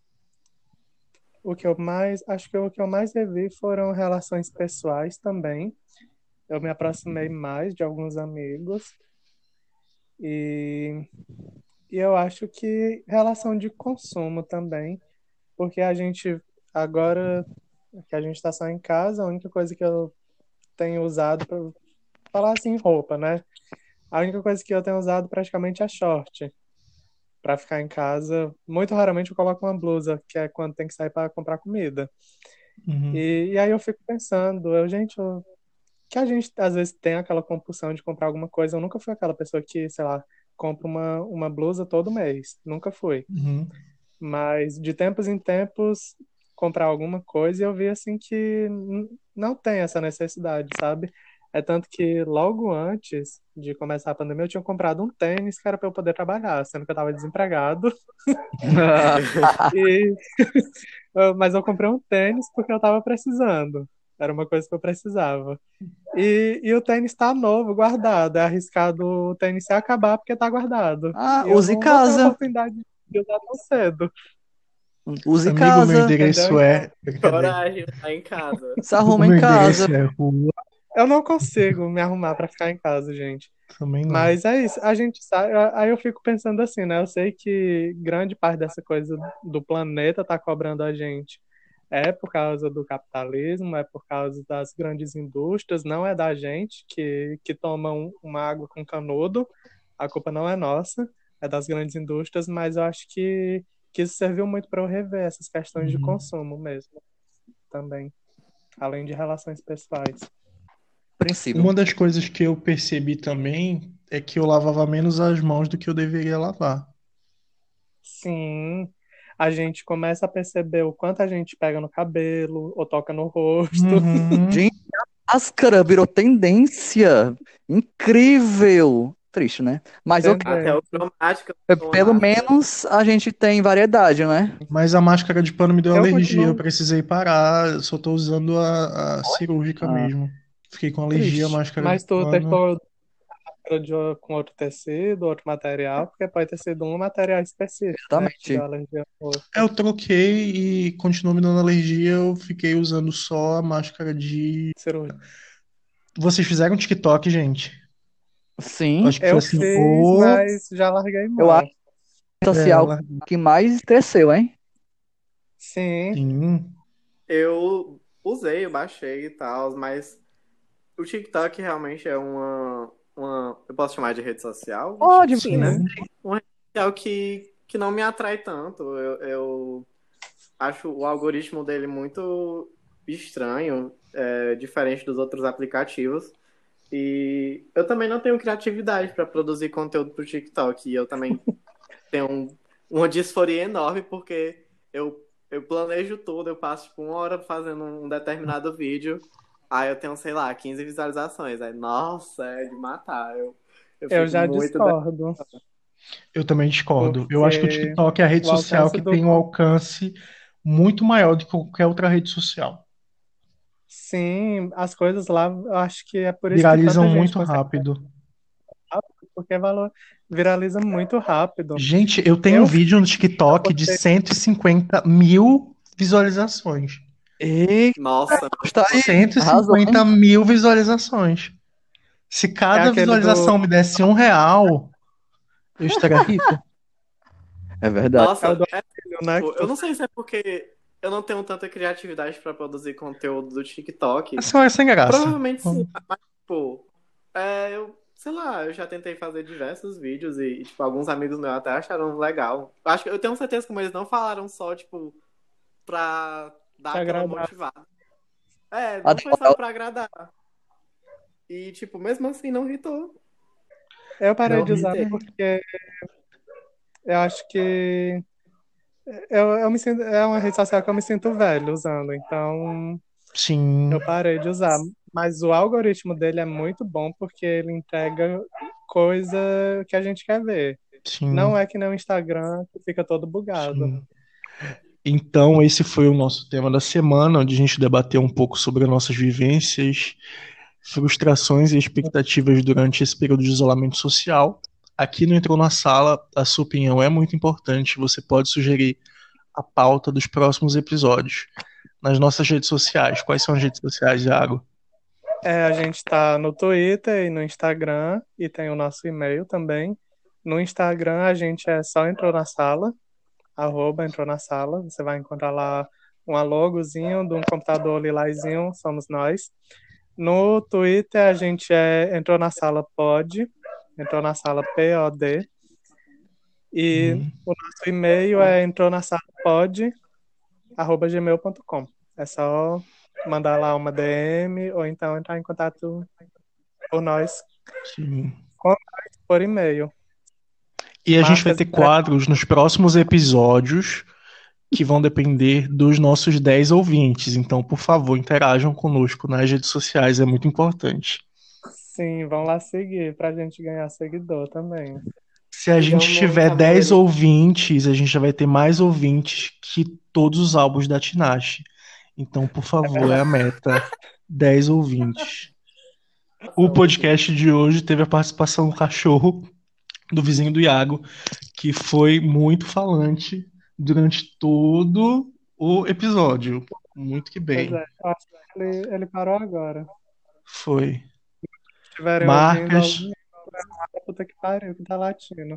o que eu mais revi foram relações pessoais também. Eu me aproximei mais de alguns amigos e, e eu acho que relação de consumo também, porque a gente agora que a gente está só em casa, a única coisa que eu tenho usado para falar assim, roupa, né? A única coisa que eu tenho usado praticamente é short para ficar em casa. Muito raramente eu coloco uma blusa, que é quando tem que sair para comprar comida. uhum, E aí eu fico pensando, que a gente às vezes tem aquela compulsão de comprar alguma coisa. Eu nunca fui aquela pessoa que, sei lá, compra uma blusa todo mês. Nunca fui. uhum, Mas de tempos em tempos comprar alguma coisa e eu vi assim que não tem essa necessidade, sabe? É tanto que logo antes de começar a pandemia eu tinha comprado um tênis que era para eu poder trabalhar, sendo que eu estava desempregado. E mas eu comprei um tênis porque eu estava precisando. Era uma coisa que eu precisava. E o tênis está novo, guardado. É arriscado o tênis se acabar porque está guardado. Ah, E eu use não vou ter a casa. oportunidade de usar tão cedo, Use amigo, meu casa. entendeu? endereço Então, é. Brincadeira. Coragem, tá em casa. Se O arruma em meu casa. endereço é rua. eu não consigo me arrumar para ficar em casa, gente. Também não. Mas é isso, a gente sabe. Aí eu fico pensando assim, né? Eu sei que grande parte dessa coisa do planeta tá cobrando a gente. É por causa do capitalismo, é por causa das grandes indústrias, não é da gente que toma uma água com canudo. A culpa não é nossa, é das grandes indústrias, mas eu acho que isso serviu muito para eu rever essas questões de Uhum. consumo mesmo, também, além de relações pessoais. Princípio. Uma das coisas que eu percebi também é que eu lavava menos as mãos do que eu deveria lavar. Sim, a gente começa a perceber o quanto a gente pega no cabelo ou toca no rosto. Uhum. Gente, máscara virou tendência. Incrível. Triste, né? Mas ok. Até o Tendência. cromática usou uma Pelo máscara. menos a gente tem variedade, né? Mas a máscara de pano me deu Eu alergia, eu continuo. precisei parar, eu só tô usando a cirúrgica Ah, mesmo. Fiquei com alergia à triste. máscara de Mas tu pano. testou com outro tecido, outro material, porque pode ter sido um material específico, né? Que te deu Exatamente. alergia ao É, rosto. eu troquei e continuou me dando alergia, eu fiquei usando só a máscara de. Cirúrgico. Vocês fizeram TikTok, gente? Sim, Acho que foi Eu assim, fiz, o. mas já larguei eu acho mão. que a rede social Ela. que mais cresceu, hein? Sim, Sim. Eu usei, eu baixei e tal, mas o TikTok realmente é uma. Eu posso chamar de rede social? Acho que Pode. sim, né? sim. Sim. Uma rede social que não me atrai tanto. Eu acho o algoritmo dele muito estranho, diferente dos outros aplicativos. E eu também não tenho criatividade para produzir conteúdo para o TikTok. E eu também tenho uma disforia enorme porque eu planejo tudo, eu passo tipo 1 hora fazendo um determinado vídeo, aí eu tenho, sei lá, 15 visualizações. Aí, nossa, é de matar. Eu Eu fico já muito. discordo, Eu também discordo. Eu acho que o porque TikTok é a rede o social alcance que do. tem um alcance muito maior do que qualquer outra rede social. Sim, as coisas lá, eu acho que é por isso que Viralizam tanta gente muito consegue, rápido. porque viraliza muito rápido. Gente, eu tenho um Eu, vídeo no eu TikTok de postei 150 mil visualizações. Eita, Nossa, tá aí. cento e Arrasou, cinquenta hein? mil visualizações. Se é cada aquele do visualização me desse R$ 1, eu estaria rico. É verdade. é o nossa, do auxílio, né, que eu tu não sei se é porque eu não tenho tanta criatividade para produzir conteúdo do TikTok. Essa é sem graça. Provavelmente sim, mas, tipo, sei lá, eu já tentei fazer diversos vídeos tipo, alguns amigos meus até acharam legal. Acho que eu tenho certeza que eles não falaram só, tipo, pra dar te aquela agradar. motivada. Ah, Não foi só pra agradar. E, tipo, mesmo assim não irritou. Eu parei Não de usar tentei. porque eu acho que eu me sinto, é uma rede social que eu me sinto velho usando, então Sim, eu parei de usar. Mas o algoritmo dele é muito bom porque ele entrega coisa que a gente quer ver. sim, Não é que nem o Instagram que fica todo bugado. sim. Então, esse foi o nosso tema da semana, onde a gente debateu um pouco sobre as nossas vivências, frustrações e expectativas durante esse período de isolamento social. Aqui no Entrou na Sala, a sua opinião é muito importante. Você pode sugerir a pauta dos próximos episódios nas nossas redes sociais. Quais são as redes sociais, Iago? A gente tá no Twitter e no Instagram e tem o nosso e-mail também. No Instagram a gente só entrou na sala, entrou na sala. Você vai encontrar lá um logozinho de um computador lilazinho, somos nós. No Twitter a gente entrou na sala entrou na sala POD. E Hum, o nosso e-mail entrou na sala pod@gmail.com. É só mandar lá uma DM ou então entrar em contato por nós sim. por e-mail. E a gente vai Marcas ter quadros nos próximos episódios que vão depender dos nossos 10 ouvintes. Então, por favor, interajam conosco nas redes sociais, é muito importante. sim, vão lá seguir pra gente ganhar seguidor também. Se a Sigam gente muito, tiver 10 amores. ouvintes, a gente já vai ter mais ouvintes que todos os álbuns da Tinashe. Então, por É favor, é verdade. a meta. 10 ouvintes. O podcast de hoje teve a participação do cachorro do vizinho do Iago, que foi muito falante durante todo o episódio. Muito que Pois bem. é, eu acho que ele parou agora. Foi. Se estiverem ouvindo Marcas, alguém, puta que pariu, que tá latindo.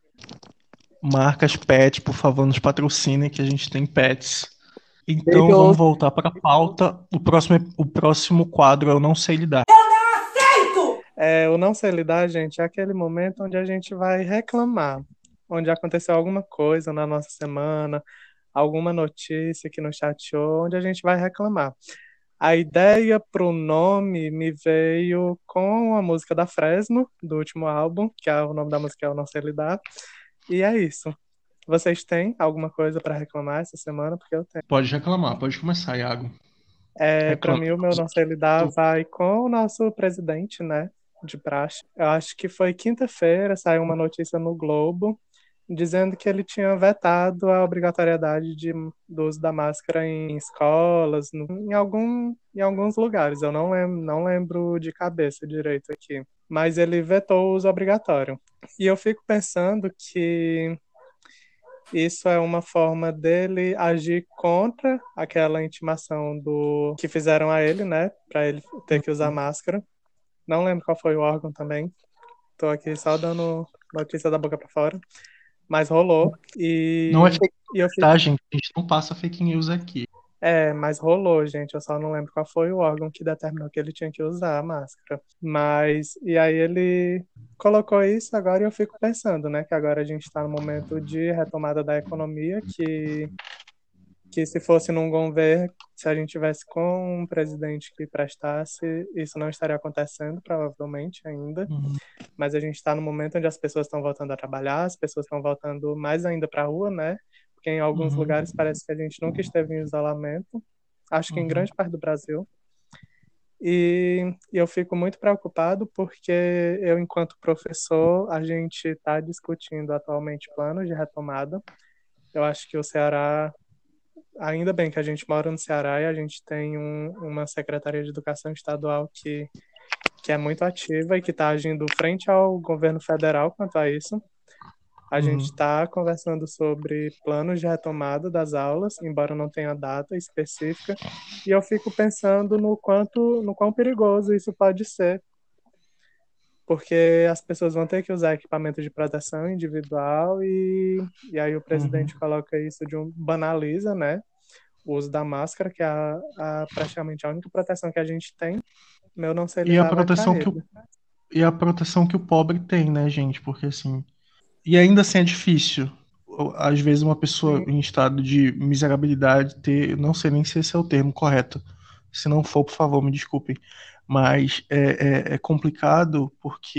marcas pet, por favor, nos patrocinem que a gente tem pets. Então vamos Beijo. voltar para a pauta. O próximo quadro eu não sei lidar. O não sei lidar, gente, é aquele momento onde a gente vai reclamar, onde aconteceu alguma coisa na nossa semana, alguma notícia que nos chateou, onde a gente vai reclamar. A ideia pro nome me veio com a música da Fresno, do último álbum, que é o nome da música é Eu Não Sei Lidar. E é isso. Vocês têm alguma coisa para reclamar essa semana? Porque eu tenho. Pode reclamar, pode começar, Iago. Para Reclama. mim, o meu não sei lidar vai com o nosso presidente, né, de praxe. Eu acho que foi quinta-feira, saiu uma notícia no Globo dizendo que ele tinha vetado a obrigatoriedade do uso da máscara em escolas, em alguns lugares. Eu não lembro de cabeça direito aqui. Mas ele vetou o uso obrigatório. E eu fico pensando que isso é uma forma dele agir contra aquela intimação do que fizeram a ele, né, para ele ter que usar máscara. Não lembro qual foi o órgão também. Tô aqui só dando notícia da boca para fora, mas rolou Não é e fake e eu news, fico tá, gente? A gente não passa fake news aqui. mas rolou, gente. Eu só não lembro qual foi o órgão que determinou que ele tinha que usar a máscara. Mas, e aí ele colocou isso agora e eu fico pensando, né, que agora a gente está no momento de retomada da economia, que se fosse num governo, se a gente tivesse com um presidente que prestasse, isso não estaria acontecendo, provavelmente ainda. Uhum. Mas a gente está no momento onde as pessoas estão voltando a trabalhar, as pessoas estão voltando mais ainda para a rua, né? Porque em alguns Uhum. lugares parece que a gente nunca esteve em isolamento, acho que em grande parte do Brasil. E eu fico muito preocupado porque eu, enquanto professor, a gente está discutindo atualmente planos de retomada. Eu acho que o Ceará, ainda bem que a gente mora no Ceará e a gente tem uma Secretaria de Educação Estadual que é muito ativa e que está agindo frente ao governo federal quanto a isso. A gente Uhum. está conversando sobre planos de retomada das aulas, embora não tenha data específica, e eu fico pensando no quão perigoso isso pode ser, porque as pessoas vão ter que usar equipamento de proteção individual e aí o presidente coloca isso banaliza, né, o uso da máscara, que é praticamente a única proteção que a gente tem. Meu não sei E a lidar vai para proteção ele. que o pobre tem, né, gente? Porque assim. E ainda assim é difícil. Às vezes uma pessoa Sim, em estado de miserabilidade ter. Não sei nem se esse é o termo correto. Se não for, por favor, me desculpem. Mas é complicado porque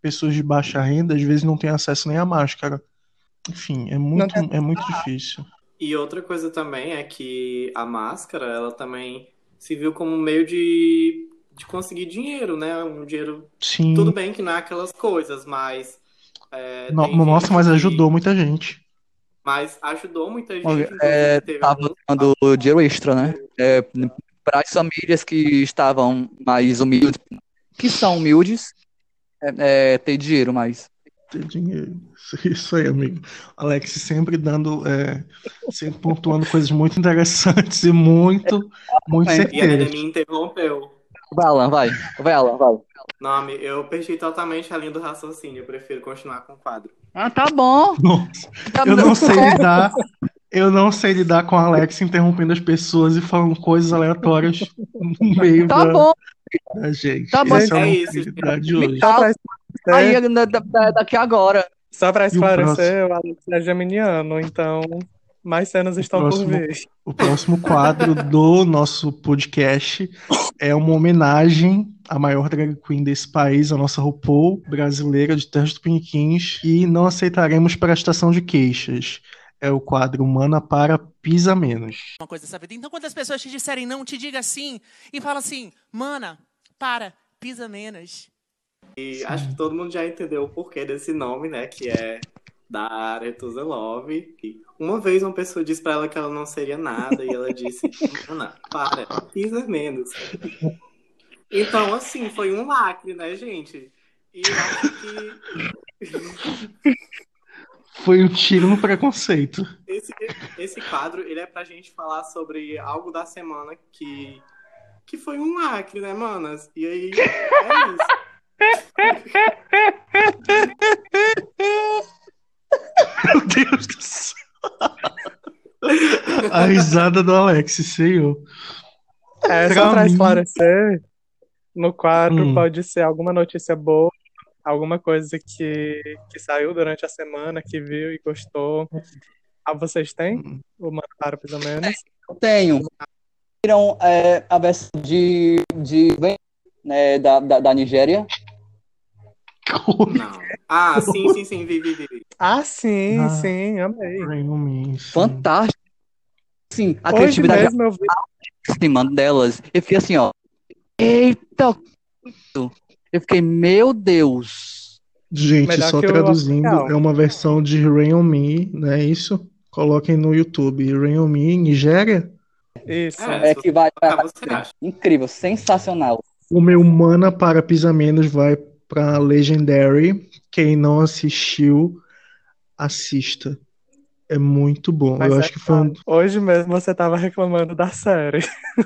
pessoas de baixa renda às vezes não têm acesso nem à máscara. Enfim, Não tem... é muito difícil. E outra coisa também é que a máscara, ela também se viu como um meio de conseguir dinheiro, né? Um dinheiro. Tudo Sim, bem que não é aquelas coisas, mas tem nossa, gente mas que. ajudou muita gente. Mas ajudou muita gente, inclusive teve Tava alguns. dando dinheiro extra, né? Para as famílias que estavam mais humildes, que são humildes, ter dinheiro mais. Ter dinheiro. Isso aí, amigo. Alex sempre sempre pontuando coisas muito interessantes e muito E ainda certeiras. me interrompeu. Vai, Alan, vai. Vai, Alan, vai. Não, eu perdi totalmente a linha do raciocínio. Eu prefiro continuar com o quadro. Ah, tá bom. Nossa, Tá eu me dando não sei certo. lidar, eu não sei lidar com a Alex interrompendo as pessoas e falando coisas aleatórias no meio Tá bom, da gente. tá bom. Esse é o É não isso, sei gente. lidar de Me hoje. Só cala pra aí esclarecer, daqui agora. só pra E o próximo, esclarecer, o Alex é geminiano, então mais cenas o estão por próximo, vir. o próximo quadro do nosso podcast é uma homenagem à maior drag queen desse país, a nossa RuPaul brasileira de Terras Tupiniquins, e não aceitaremos prestação de queixas. É o quadro Mana para Pisa Menos. Uma coisa dessa vida. Então, quando as pessoas te disserem não, te diga sim. E fala assim, mana, para, pisa menos. E acho que todo mundo já entendeu o porquê desse nome, né? Que é da Aretusa Love. E uma vez uma pessoa disse pra ela que ela não seria nada e ela disse, Ana, para, pisa menos. Então, assim, foi um lacre, né, gente? E eu acho que Foi um tiro no preconceito. esse quadro, ele é pra gente falar sobre algo da semana que foi um lacre, né, manas? E aí, é isso. Meu Deus do céu. A risada do Alex, senhor. Só pra Mim, esclarecer, no quadro hum, pode ser alguma notícia boa, alguma coisa que saiu durante a semana, que viu e gostou. Ah, vocês têm? O Mano para, pelo menos. Eu tenho. Viram a versão de da Nigéria. Não. Ah, sim, vi. Ah, sim, Ah. sim, amei. Rain on Me, sim. Fantástico. Sim, a Hoje criatividade mesmo eu vi. acima delas. Eu fiquei assim, ó. Eita! Eu fiquei, meu Deus. Gente, Melhor só que o traduzindo, oficial. é uma versão de Rain on Me, não é isso? Coloquem no YouTube. Rain on Me, Nigéria. Isso. Se Que você vai colocar, você acha. incrível, sensacional. O meu Mana para Pisa Menos vai para Legendary. Quem não assistiu, assista. É muito bom. Mas Eu acho que foi um. hoje mesmo você tava reclamando da série.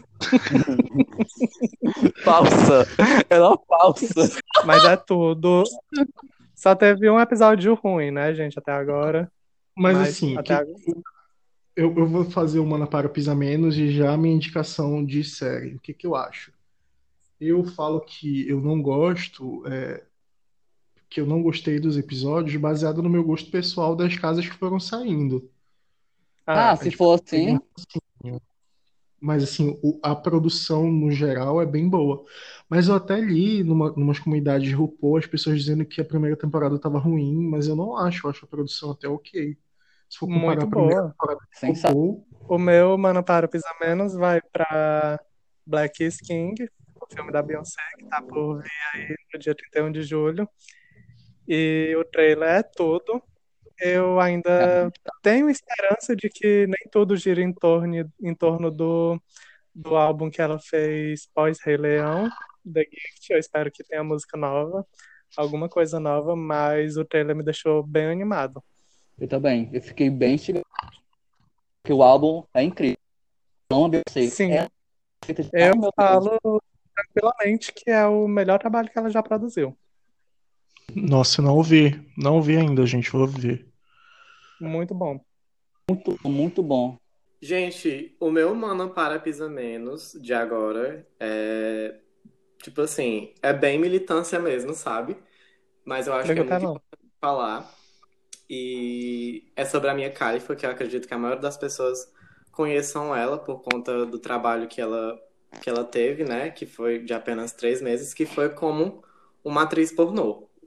Falsa. Ela é falsa. Mas é tudo. Só teve um episódio ruim, né, gente, até agora. Mas Mas assim, até agora. eu vou fazer o Mana para Pisa Menos e já a minha indicação de série. O que que eu acho? Eu falo que eu não gosto, que eu não gostei dos episódios baseado no meu gosto pessoal das casas que foram saindo. Ah, Se for assim, Mas assim, a produção no geral é bem boa. Mas eu até li numas comunidades de RuPaul as pessoas dizendo que a primeira temporada estava ruim, mas eu não acho, eu acho a produção até ok. Se for comparar muito a primeira boa. temporada de sensacional. RuPaul, O meu Mano para Pisa Menos vai pra Black Kiss King, o filme da Beyoncé, que tá por vir aí no dia 31 de julho. E o trailer é tudo. Eu ainda tenho esperança de que nem tudo gira em torno do álbum que ela fez pós Rei Leão, The Gift. Eu espero que tenha música nova, alguma coisa nova, mas o trailer me deixou bem animado. Eu também. Eu fiquei bem instigado. Porque o álbum é incrível. Não a Beyoncé. Sim, Feita de... eu meu Deus. falo tranquilamente que é o melhor trabalho que ela já produziu. nossa, eu não ouvi. Não ouvi ainda, gente, vou ver. Muito bom. Muito bom. Gente, o meu Mana para Pisa Menos de agora é. Tipo assim, é bem militância mesmo, sabe? Mas eu acho que é muito importante falar. E é sobre a Mia Khalifa, que eu acredito que a maioria das pessoas conheçam ela por conta do trabalho que ela teve, né? Que foi de apenas 3 meses, que foi como uma atriz pornô.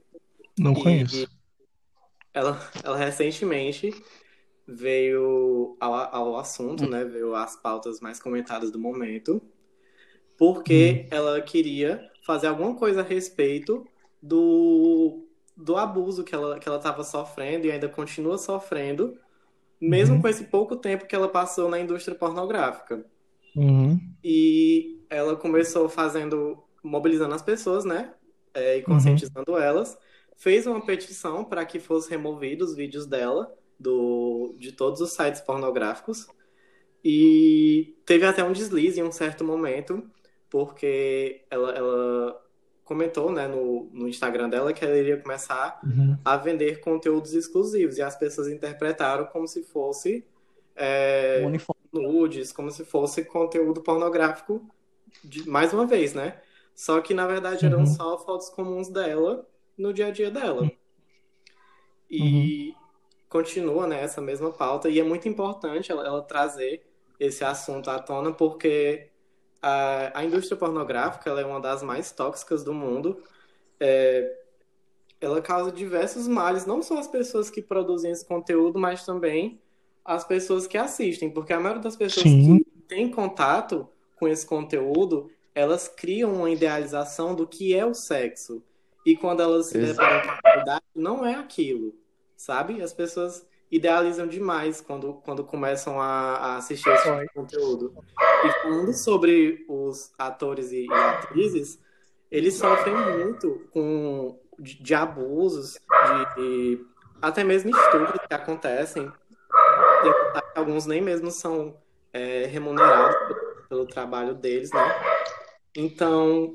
Não E conheço. ela recentemente veio ao assunto, Hum, né? Veio às pautas mais comentadas do momento, Hum, porque ela queria fazer alguma coisa a respeito do abuso que ela estava sofrendo e ainda continua sofrendo, mesmo com uhum, esse pouco tempo que ela passou na indústria pornográfica. uhum, E ela começou mobilizando as pessoas, né? E uhum, conscientizando elas. Fez uma petição para que fossem removidos os vídeos dela de todos os sites pornográficos. E teve até um deslize em um certo momento, porque ela comentou, né, no Instagram dela que ela iria começar uhum, a vender conteúdos exclusivos. E as pessoas interpretaram como se fosse um é, uniforme. nudes, como se fosse conteúdo pornográfico, mais uma vez, né? Só que na verdade eram uhum, só fotos comuns dela no dia a dia dela. uhum, E continua, né, essa mesma pauta, e é muito importante ela trazer esse assunto à tona, porque a indústria pornográfica ela é uma das mais tóxicas do mundo. Ela causa diversos males, não só as pessoas que produzem esse conteúdo, mas também as pessoas que assistem, porque a maioria das pessoas sim, que tem contato com esse conteúdo, elas criam uma idealização do que é o sexo. E quando elas se deparam com a realidade, não é aquilo, sabe? As pessoas idealizam demais quando começam a assistir esse tipo Oi. de conteúdo. E falando sobre os atores e atrizes, eles sofrem muito de abusos, até mesmo estupros que acontecem. Sem contar que alguns nem mesmo são remunerados pelo trabalho deles, né? Então,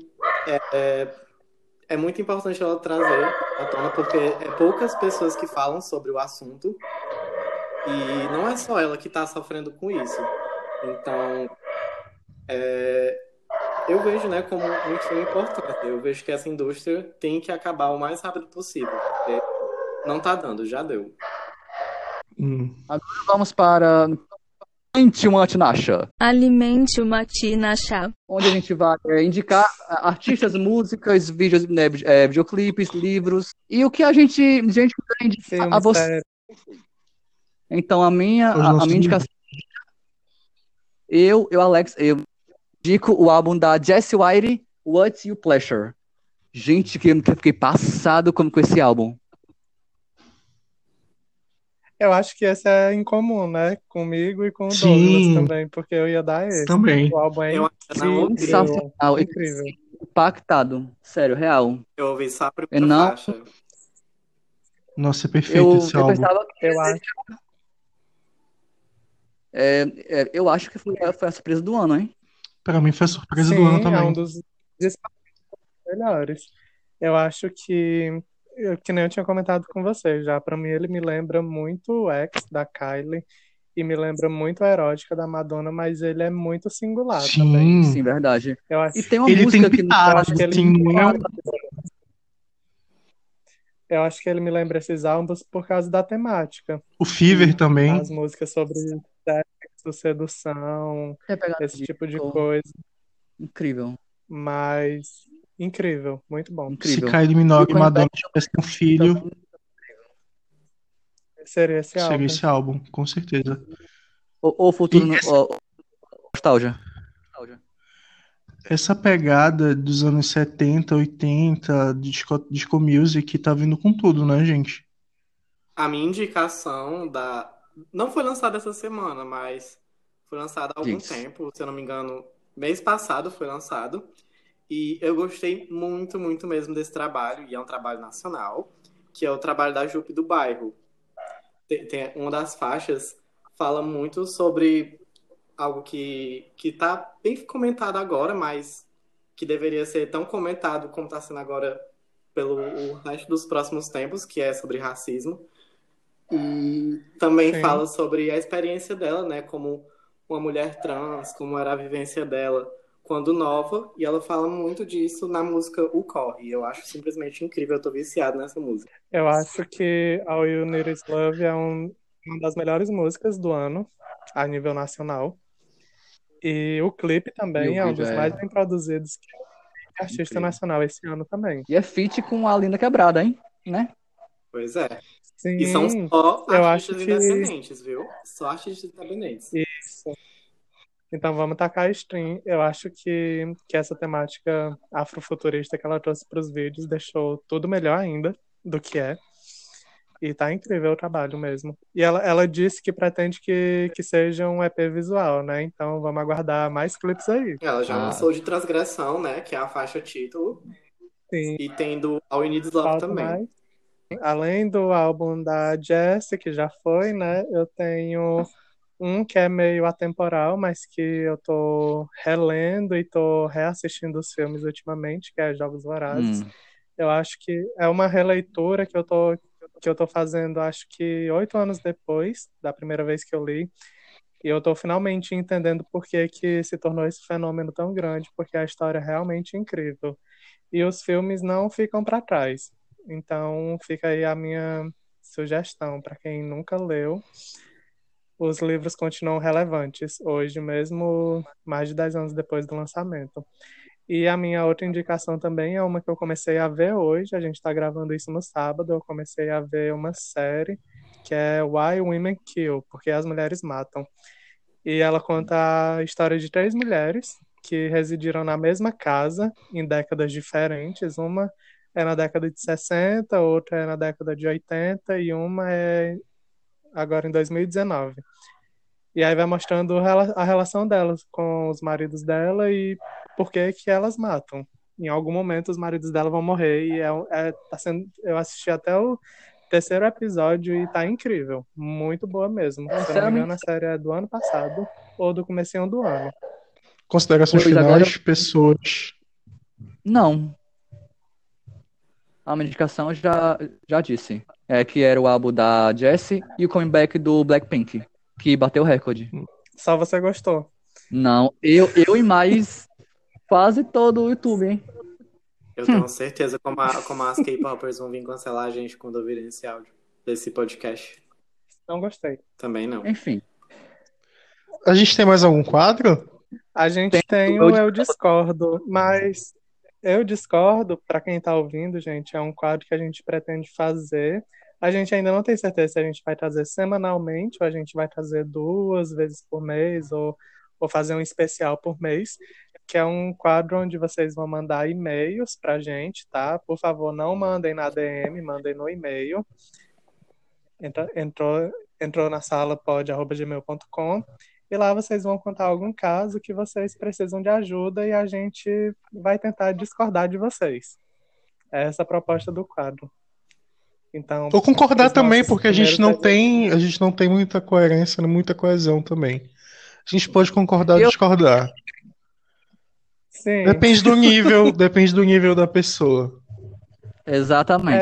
é muito importante ela trazer à tona, porque é poucas pessoas que falam sobre o assunto e não é só ela que está sofrendo com isso. Então, eu vejo, né, como um extrema importância. Eu vejo que essa indústria tem que acabar o mais rápido possível, porque não tá dando, já deu. Agora vamos para Alimente uma Tinasha, Alimente uma tina chá. onde a gente vai indicar artistas, músicas, vídeos, né, videoclipes, livros e o que a gente quiser indicar a Filme, você. série. Então, a minha, os a nossos minha indicação, ouvintes. Alex, eu indico o álbum da Jessie Wire, What's Your Pleasure. Gente, que eu fiquei passado com esse álbum. Eu acho que esse é incomum, né? Comigo e com o Douglas Sim, também, porque eu ia dar esse. também. O álbum é Eu ainda não ouvi. incrível, Sensacional, incrível. impactado, sério, real. Eu ouvi só a Eu primeira não, faixa. Nossa, é perfeito esse eu álbum. pensava, Eu acho, eu acho que foi a surpresa do ano, hein? Pra mim foi a surpresa do ano sim, é um também. dos melhores. Eu acho que nem eu tinha comentado com você já, pra mim ele me lembra muito o X da Kylie e me lembra muito a Erótica da Madonna, mas ele é muito singular também. Sim, Sim, verdade. Eu E acho, tem uma ele tem música que eu pitadas, acho que ele, assim, não é um... eu acho que ele me lembra esses álbuns por causa da temática. O Fever As também. músicas sobre sexo, sedução, é pegada esse de tipo de disco. coisa, Incrível, mas incrível, muito bom. Se incrível. Kylie E o Minogue e Kanye Madonna tivessem um filho, também. Seria esse seria álbum. esse álbum, com certeza. O futuro, E nostalgia. essa pegada dos anos 70, 80, disco music, tá vindo com tudo, né, gente? A minha indicação não foi lançada essa semana, mas foi lançada há algum Diz. tempo, se eu não me engano, mês passado foi lançado. E eu gostei muito, muito mesmo desse trabalho, e é um trabalho nacional, que é o trabalho da Jupe do Bairro. Uma das faixas fala muito sobre algo que tá bem comentado agora, mas que deveria ser tão comentado como está sendo agora pelo o resto dos próximos tempos, que é sobre racismo. E também Sim. fala sobre a experiência dela, né, como uma mulher trans, como era a vivência dela quando nova, e ela fala muito disso na música O Corre. Eu acho simplesmente incrível, eu tô viciado nessa música. Eu acho que All You Need Is Love é uma das melhores músicas do ano, a nível nacional. E o clipe E o também é um vídeo dos é mais bem produzidos que artista incrível. nacional esse ano também. E é feat com a Linda Quebrada, hein? né? Pois é. E são Sim, só eu acho artistas que independentes, viu? Só artistas independentes. isso. Então vamos tacar a stream. Eu acho que essa temática afrofuturista que ela trouxe para os vídeos deixou tudo melhor ainda do que é. E tá incrível o trabalho mesmo. E ela disse que pretende que seja um EP visual, né? Então vamos aguardar mais clipes aí. Ela já Ah, lançou de Transgressão, né? Que é a faixa título. Sim, E tem do All We Need Is Love falta também. mais. Além do álbum da Jessie, que já foi, né? Eu tenho um que é meio atemporal, mas que eu tô relendo e tô reassistindo os filmes ultimamente, que é Jogos Vorazes. hum, Eu acho que é uma releitura que eu tô fazendo, acho que 8 anos depois da primeira vez que eu li. E eu tô finalmente entendendo por que que se tornou esse fenômeno tão grande, porque a história é realmente incrível. E os filmes não ficam para trás. Então, fica aí a minha sugestão para quem nunca leu. Os livros continuam relevantes hoje, mesmo mais de 10 anos depois do lançamento. E a minha outra indicação também é uma que eu comecei a ver hoje. A gente está gravando isso no sábado. Eu comecei a ver uma série que é Why Women Kill, porque as mulheres matam. E ela conta a história de 3 mulheres que residiram na mesma casa em décadas diferentes. Uma é na década de 60, outra é na década de 80 e uma é agora em 2019. E aí vai mostrando a relação delas com os maridos dela e por que que elas matam. Em algum momento os maridos dela vão morrer e tá sendo, eu assisti até o terceiro episódio e tá incrível, muito boa mesmo. Se eu não me sinceramente, engano, a série é do ano passado ou do comecinho do ano. Considerações pois agora finais, pessoas. não. A minha indicação eu já disse. É que era o álbum da Jessie e o comeback do Blackpink, que bateu o recorde. Só você gostou. Não, eu e mais quase todo o YouTube, hein? Eu tenho certeza como as K-popers vão vir cancelar a gente quando ouvirem esse áudio desse podcast. Não gostei. Também não. Enfim. A gente tem mais algum quadro? A gente tem o Eu Discordo, mas Eu Discordo, para quem tá ouvindo, gente, é um quadro que a gente pretende fazer. A gente ainda não tem certeza se a gente vai trazer semanalmente ou a gente vai trazer 2 vezes por mês ou fazer um especial por mês, que é um quadro onde vocês vão mandar e-mails pra gente, tá? Por favor, não mandem na DM, mandem no e-mail. Entrou na sala pod@gmail.com e lá vocês vão contar algum caso que vocês precisam de ajuda e a gente vai tentar discordar de vocês. É essa a proposta do quadro. Então, Ou concordar os também, nossos porque a gente não primeiros tem, a gente não tem muita coerência, muita coesão também. A gente pode concordar ou Eu- discordar. Sim, Depende do nível da pessoa. Exatamente.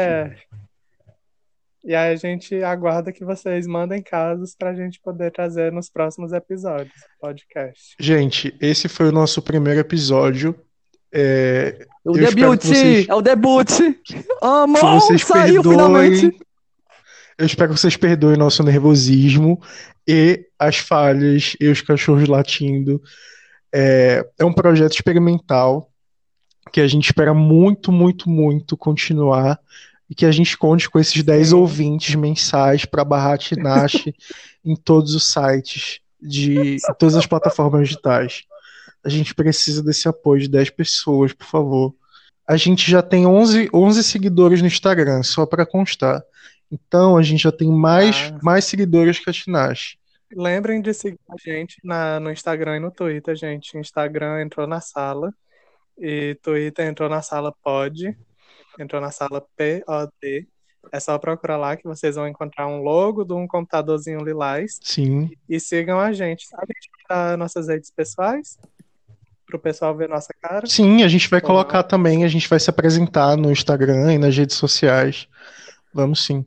E aí a gente aguarda que vocês mandem casos pra gente poder trazer nos próximos episódios do podcast. Gente, esse foi o nosso primeiro episódio. O Eu espero debut! que vocês- É o debut! Que Amor! vocês Saiu perdoem. finalmente! Eu espero que vocês perdoem nosso nervosismo e as falhas e os cachorros latindo. É um projeto experimental que a gente espera muito, muito, muito continuar e que a gente conte com esses 10 Sim. ouvintes mensais para barrar Tinashe em todos os sites, em todas as plataformas digitais. A gente precisa desse apoio de 10 pessoas, por favor. A gente já tem 11 seguidores no Instagram, só para constar. Então a gente já tem mais seguidores que a Tinashe. Lembrem de seguir a gente no Instagram e no Twitter, gente. Instagram entrou na sala e Twitter entrou na sala pod, entrou na sala POD. É só procurar lá que vocês vão encontrar um logo de um computadorzinho lilás Sim. e sigam a gente. A gente vai dar nossas redes pessoais pro pessoal ver nossa cara. Sim, a gente vai Ou colocar também, a gente vai se apresentar no Instagram e nas redes sociais. Vamos sim.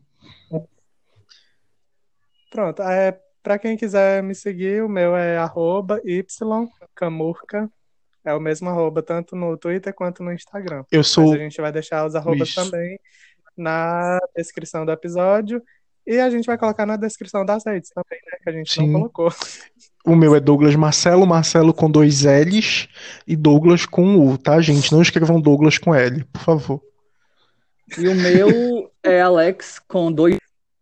Pronto. Para quem quiser me seguir, o meu é @ycamurca. É o mesmo arroba, tanto no Twitter quanto no Instagram. Eu Mas sou a gente vai deixar os arrobas Isso. também na descrição do episódio. E a gente vai colocar na descrição das redes também, né? Que a gente Sim. não colocou. O meu é Douglas Marcelo, Marcelo com 2 L's e Douglas com U, tá, gente? Não escrevam Douglas com L, por favor. E o meu É Alex com dois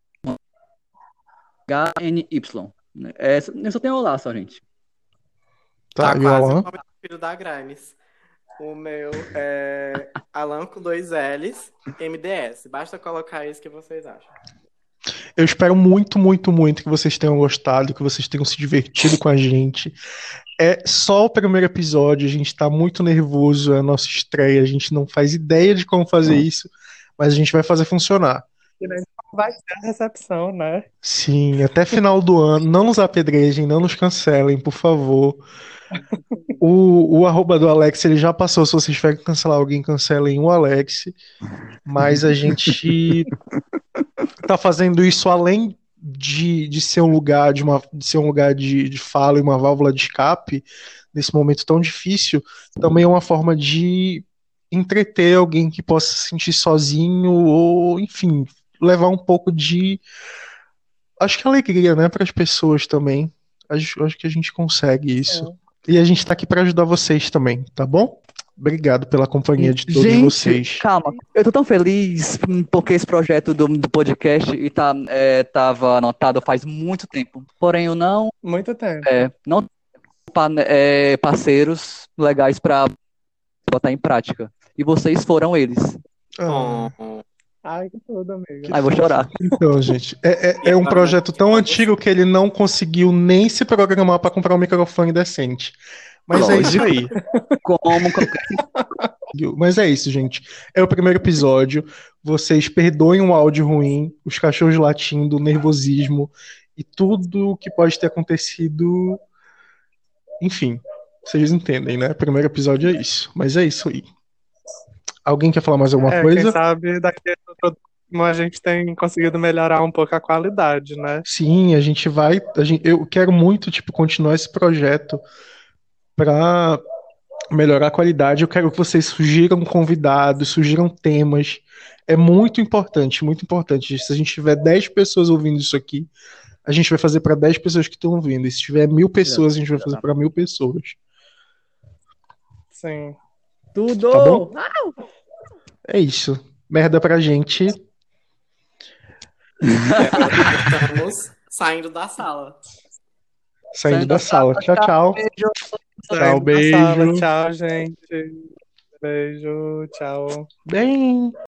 HNY. Eu só tenho olá, só, gente. Tá, Tá e o quase o Alan? nome do filho da Grimes. O meu é Alan com dois L's, MDS. Basta colocar isso que vocês acham. Eu espero muito, muito, muito que vocês tenham gostado, que vocês tenham se divertido com a gente. É só o primeiro episódio, a gente tá muito nervoso, é a nossa estreia, a gente não faz ideia de como fazer isso, mas a gente vai fazer funcionar. E nem vai ter a recepção, né? Sim, até final do ano. Não nos apedrejem, não nos cancelem, por favor. O arroba do Alex ele já passou. Se vocês tiverem que cancelar alguém, cancelem o Alex. Mas a gente tá fazendo isso além de ser um lugar de ser um lugar de fala e uma válvula de escape nesse momento tão difícil. Também é uma forma de entreter alguém que possa se sentir sozinho ou, enfim, levar um pouco de acho que alegria, né, para as pessoas também. Acho que a gente consegue isso. E a gente tá aqui para ajudar vocês também, tá bom? Obrigado pela companhia de todos Gente, vocês. calma. Eu tô tão feliz porque esse projeto do podcast tava anotado faz muito tempo. Porém, eu Muito tempo. não tenho parceiros legais pra botar em prática. E vocês foram eles. Ah, Ai, que tudo, amiga. Ai, vou chorar. então, gente, é um projeto tão antigo que ele não conseguiu nem se programar para comprar um microfone decente. Mas é isso aí. Como qualquer... Mas é isso, gente. É o primeiro episódio. Vocês perdoem o áudio ruim, os cachorros latindo, o nervosismo e tudo o que pode ter acontecido. Enfim, vocês entendem, né? O primeiro episódio é isso. Mas é isso aí. Alguém quer falar mais alguma Quem coisa? sabe daqui a pouco a gente tem conseguido melhorar um pouco a qualidade, né? Sim, a gente vai. Eu quero muito, tipo, continuar esse projeto para melhorar a qualidade. Eu quero que vocês sugiram convidados, sugiram temas. É muito importante, muito importante. Se a gente tiver 10 pessoas ouvindo isso aqui, a gente vai fazer para 10 pessoas que estão ouvindo. E se tiver 1000 pessoas, a gente vai fazer para 1000 pessoas. Sim. Tudo! Tá bom? É isso. Merda pra gente. Estamos saindo da sala. Saindo da sala. Tchau, tchau. Beijo. Tchau, Da sala. beijo. Tchau, gente. Beijo, tchau. Bem.